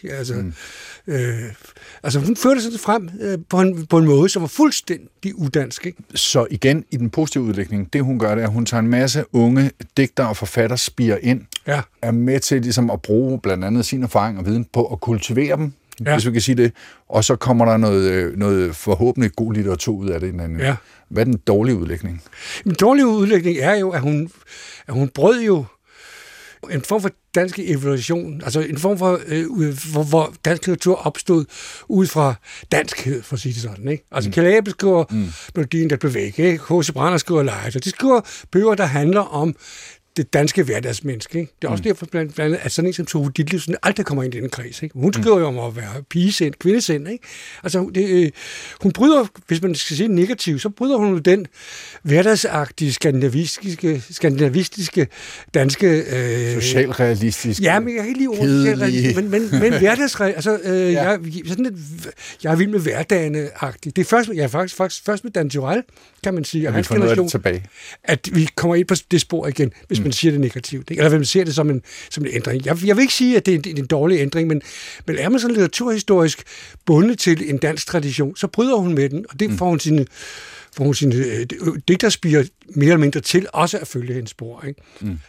Altså hun førte sig frem på en måde, som var fuldstændig udansk, ikke? Så igen, i den positive udlægning, det hun gør, det er, at hun tager en masse unge digtere og forfatterspirer ind, er med til ligesom at bruge blandt andet sin erfaring og viden på at kultivere dem, hvis vi kan sige det, og så kommer der noget forhåbentlig god litteratur ud af det. Hvad er den dårlige udlægning? Den dårlige udlægning er jo, at hun brød jo en form for dansk evolution, altså en form for, hvor dansk litteratur opstod ud fra danskhed, for at sige det sådan, ikke? Altså Kjeld Abel skriver Melodien, der blev væk, ikke? H.C. Brandes skriver Leje, så de skriver bøger, der handler om det danske hverdagsmenneske, ikke? Det er også derfor blandt andet, at sådan en som Tove Ditlevsen aldrig kommer ind i den kreds, ikke? Hun skriver jo om at være pigesind, kvindesind, ikke? Altså, hun bryder, hvis man skal sige negativt, så bryder hun den hverdagsagtige, skandinavistiske, danske... socialrealistiske. Ja, men jeg er helt lige ordet socialrealistiske, men hverdagsrealistiske, altså, jeg er vild med hverdagene-agtigt. Det er først med Dan Turell, kan man sige, og hans generation, at vi kommer ind på det spor igen, hvis man siger det negativt, ikke? Eller hvis man ser det som en ændring. Jeg vil ikke sige, at det er en dårlig ændring, men er man sådan litteraturhistorisk bundet til en dansk tradition, så bryder hun med den, og det får hun sine digterspirer mere eller mindre til også at følge hendes spor, ikke?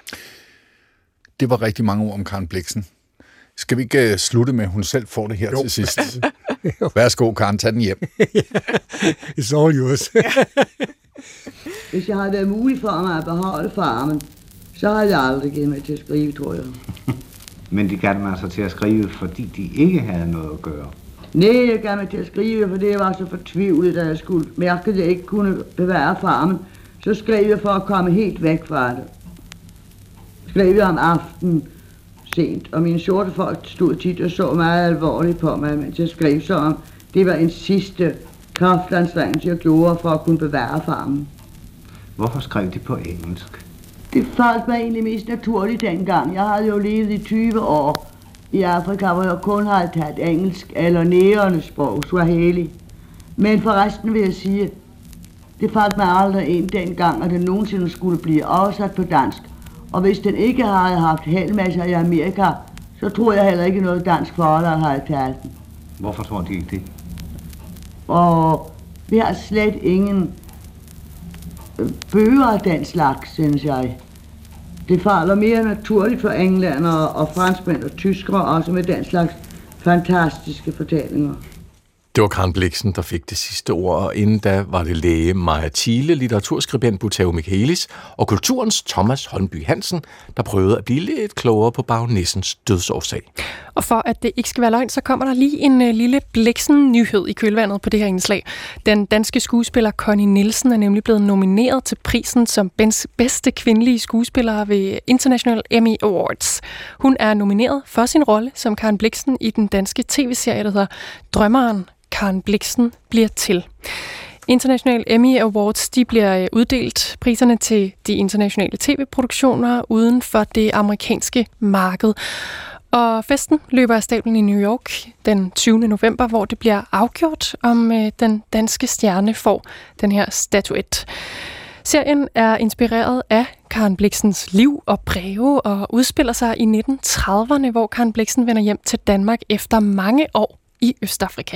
Det var rigtig mange ord om Karen Blixen. Skal vi ikke slutte med, at hun selv får det her til sidst? Værsgo, Karen, tag den hjem. It's all yours. Hvis jeg havde været muligt for mig at beholde farmen, så havde jeg aldrig givet mig til at skrive, tror jeg. Men de gav mig altså til at skrive, fordi de ikke havde noget at gøre. Nej, jeg gav mig til at skrive, fordi jeg var så fortvivlet, da jeg skulle mærke, at jeg ikke kunne bevare farmen. Så skrev jeg for at komme helt væk fra det. Skrev jeg om aftenen sent, og mine sorte folk stod tit og så meget alvorligt på mig, mens jeg skrev så om, det var en sidste kraftanstrengelse, jeg gjorde for at kunne bevare farmen. Hvorfor skrev de på engelsk? Det faldt mig egentlig mest naturligt dengang. Jeg havde jo levet i 20 år i Afrika, hvor jeg kun havde talt engelsk eller nærende sprog, swahili. Men forresten vil jeg sige, det faldt mig aldrig ind dengang, at den nogensinde skulle blive oversat på dansk. Og hvis den ikke havde haft held med sig i Amerika, så tror jeg heller ikke noget dansk forlag havde talt den. Hvorfor tror de ikke det? Og vi har slet ingen bøger af den slags, synes jeg. Det falder mere naturligt for englændere og franskmænd og tyskere, også med den slags fantastiske fortællinger. Det var Karen Blixen, der fik det sidste ord, og inden da var det læge Maja Thiele, litteraturskribent Buteo Michaelis og kulturens Thomas Holmby Hansen, der prøvede at blive lidt klogere på baronessens dødsårsag. Og for at det ikke skal være løgn, så kommer der lige en lille Blixen-nyhed i kølvandet på det her indslag. Den danske skuespiller Connie Nielsen er nemlig blevet nomineret til prisen som bedste kvindelige skuespiller ved International Emmy Awards. Hun er nomineret for sin rolle som Karen Blixen i den danske tv-serie, der hedder Drømmeren. Karen Blixen bliver til. International Emmy Awards, de bliver uddelt priserne til de internationale tv-produktioner uden for det amerikanske marked. Og festen løber af stablen i New York den 20. november, hvor det bliver afgjort, om den danske stjerne får den her statuet. Serien er inspireret af Karen Blixens liv og breve og udspiller sig i 1930'erne, hvor Karen Blixen vender hjem til Danmark efter mange år i Østafrika.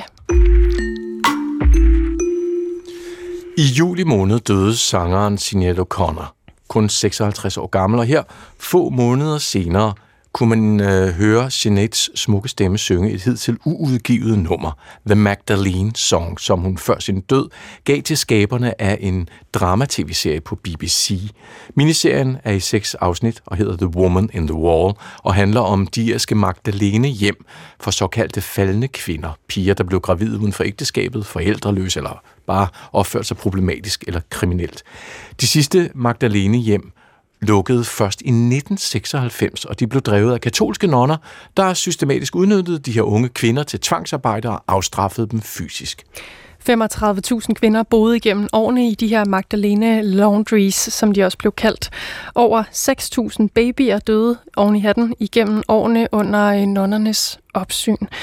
I juli måned døde sangeren Sinéad O'Connor, kun 56 år gammel, og her få måneder senere kunne man høre Sinéads smukke stemme synge et hidtil uudgivet nummer, The Magdalene Song, som hun før sin død gav til skaberne af en drama-tv-serie på BBC. Miniserien er i 6 afsnit og hedder The Woman in the Wall og handler om de irske Magdalene hjem for såkaldte faldne kvinder, piger, der blev gravide uden for ægteskabet, forældreløse eller bare opførte sig problematisk eller kriminelt. De sidste Magdalene hjem lukkede først i 1996, og de blev drevet af katolske nonner, der systematisk udnyttede de her unge kvinder til tvangsarbejde og afstraffede dem fysisk. 35.000 kvinder boede igennem årene i de her Magdalene Laundries, som de også blev kaldt. Over 6.000 babyer døde oven i hatten igennem årene under nonnernes opsyn.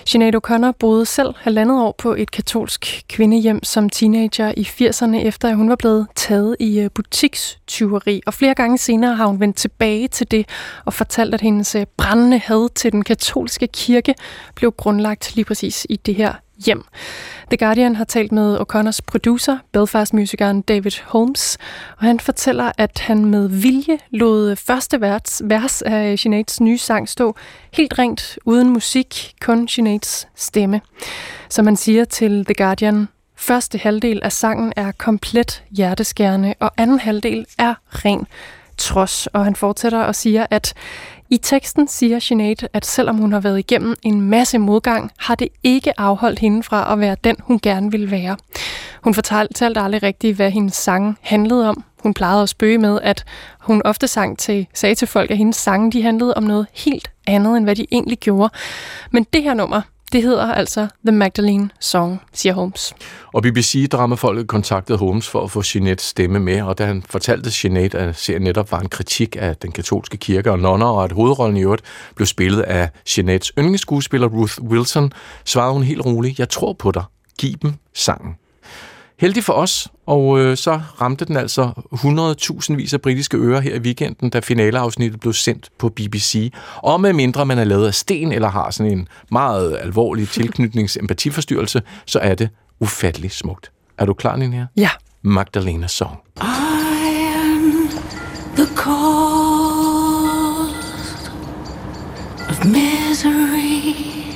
Sinead O'Connor boede selv 1,5 år på et katolsk kvindehjem som teenager i 80'erne, efter at hun var blevet taget i butikstyveri. Og flere gange senere har hun vendt tilbage til det og fortalt, at hendes brændende had til den katolske kirke blev grundlagt lige præcis i det her hjem. The Guardian har talt med O'Connors producer, Belfast-musikeren David Holmes, og han fortæller, at han med vilje lod første vers af Sineads nye sang stå helt rent, uden musik, kun Sineads stemme. Som han siger til The Guardian, første halvdel af sangen er komplet hjerteskærende, og anden halvdel er ren trods. Og han fortsætter og siger, at i teksten siger Sinead, at selvom hun har været igennem en masse modgang, har det ikke afholdt hende fra at være den, hun gerne ville være. Hun fortalte aldrig rigtigt, hvad hendes sange handlede om. Hun plejede at spøge med, at hun ofte sagde til folk, at hendes sange de handlede om noget helt andet, end hvad de egentlig gjorde. Men det her nummer, det hedder altså The Magdalene Song, siger Holmes. Og BBC-dramafolket kontaktede Holmes for at få Sineads stemme med, og da han fortalte Sinead, at serien netop var en kritik af den katolske kirke og nonner, og at hovedrollen i øvrigt blev spillet af Sineads yndlingsskuespiller Ruth Wilson, svarede hun helt roligt, jeg tror på dig, giv dem sangen. Heldig for os, og så ramte den altså 100.000 af britiske ører her i weekenden, da finaleafsnittet blev sendt på BBC. Og med mindre man er lavet af sten eller har sådan en meget alvorlig tilknytnings-empatiforstyrrelse, så er det ufatteligt smukt. Er du klar, Linnea? Ja. Magdalena Song. I am the cause of misery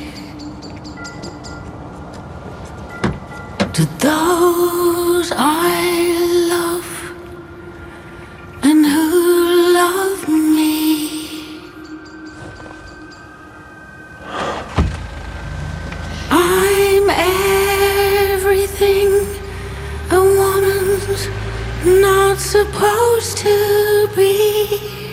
to those I love and who love me. I'm everything a woman's not supposed to be.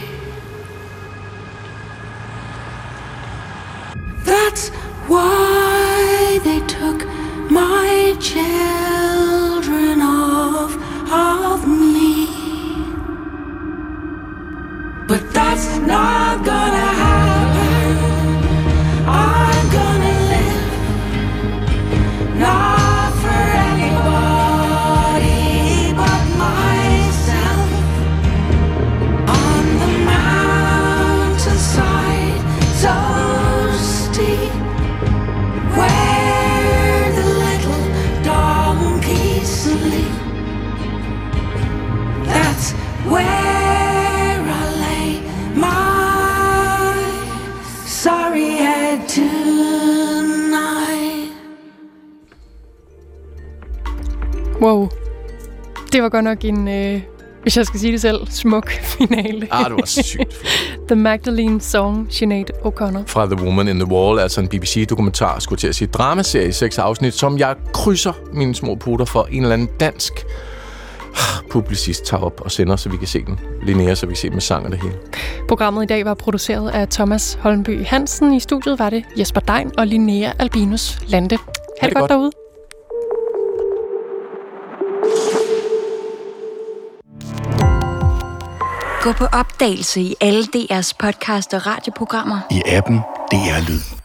That's why they took my children off of me. But that's not gonna happen. I'm gonna live, not for anybody but myself. On the mountainside, so steep, where the little donkeys sleep. That's where I lay my sorry head tonight. Wow. Det var godt nok en, hvis jeg skal sige det selv, smuk finale. Det var sygt. The Magdalene Song, Sinead O'Connor. Fra The Woman in the Wall, altså en BBC-dokumentar, skulle til at sige dramaserie i 6 afsnit, som jeg krydser mine små putter for en eller anden dansk publicist tager op og sender, så vi kan se den. Linnea, så vi kan se den med sang og det hele. Programmet i dag var produceret af Thomas Holmby Hansen. I studiet var det Jesper Dein og Linnea Albinus Lande. Ha' det godt derude. Gå på opdagelse i alle DR's podcast og radioprogrammer. I appen DR Lyd.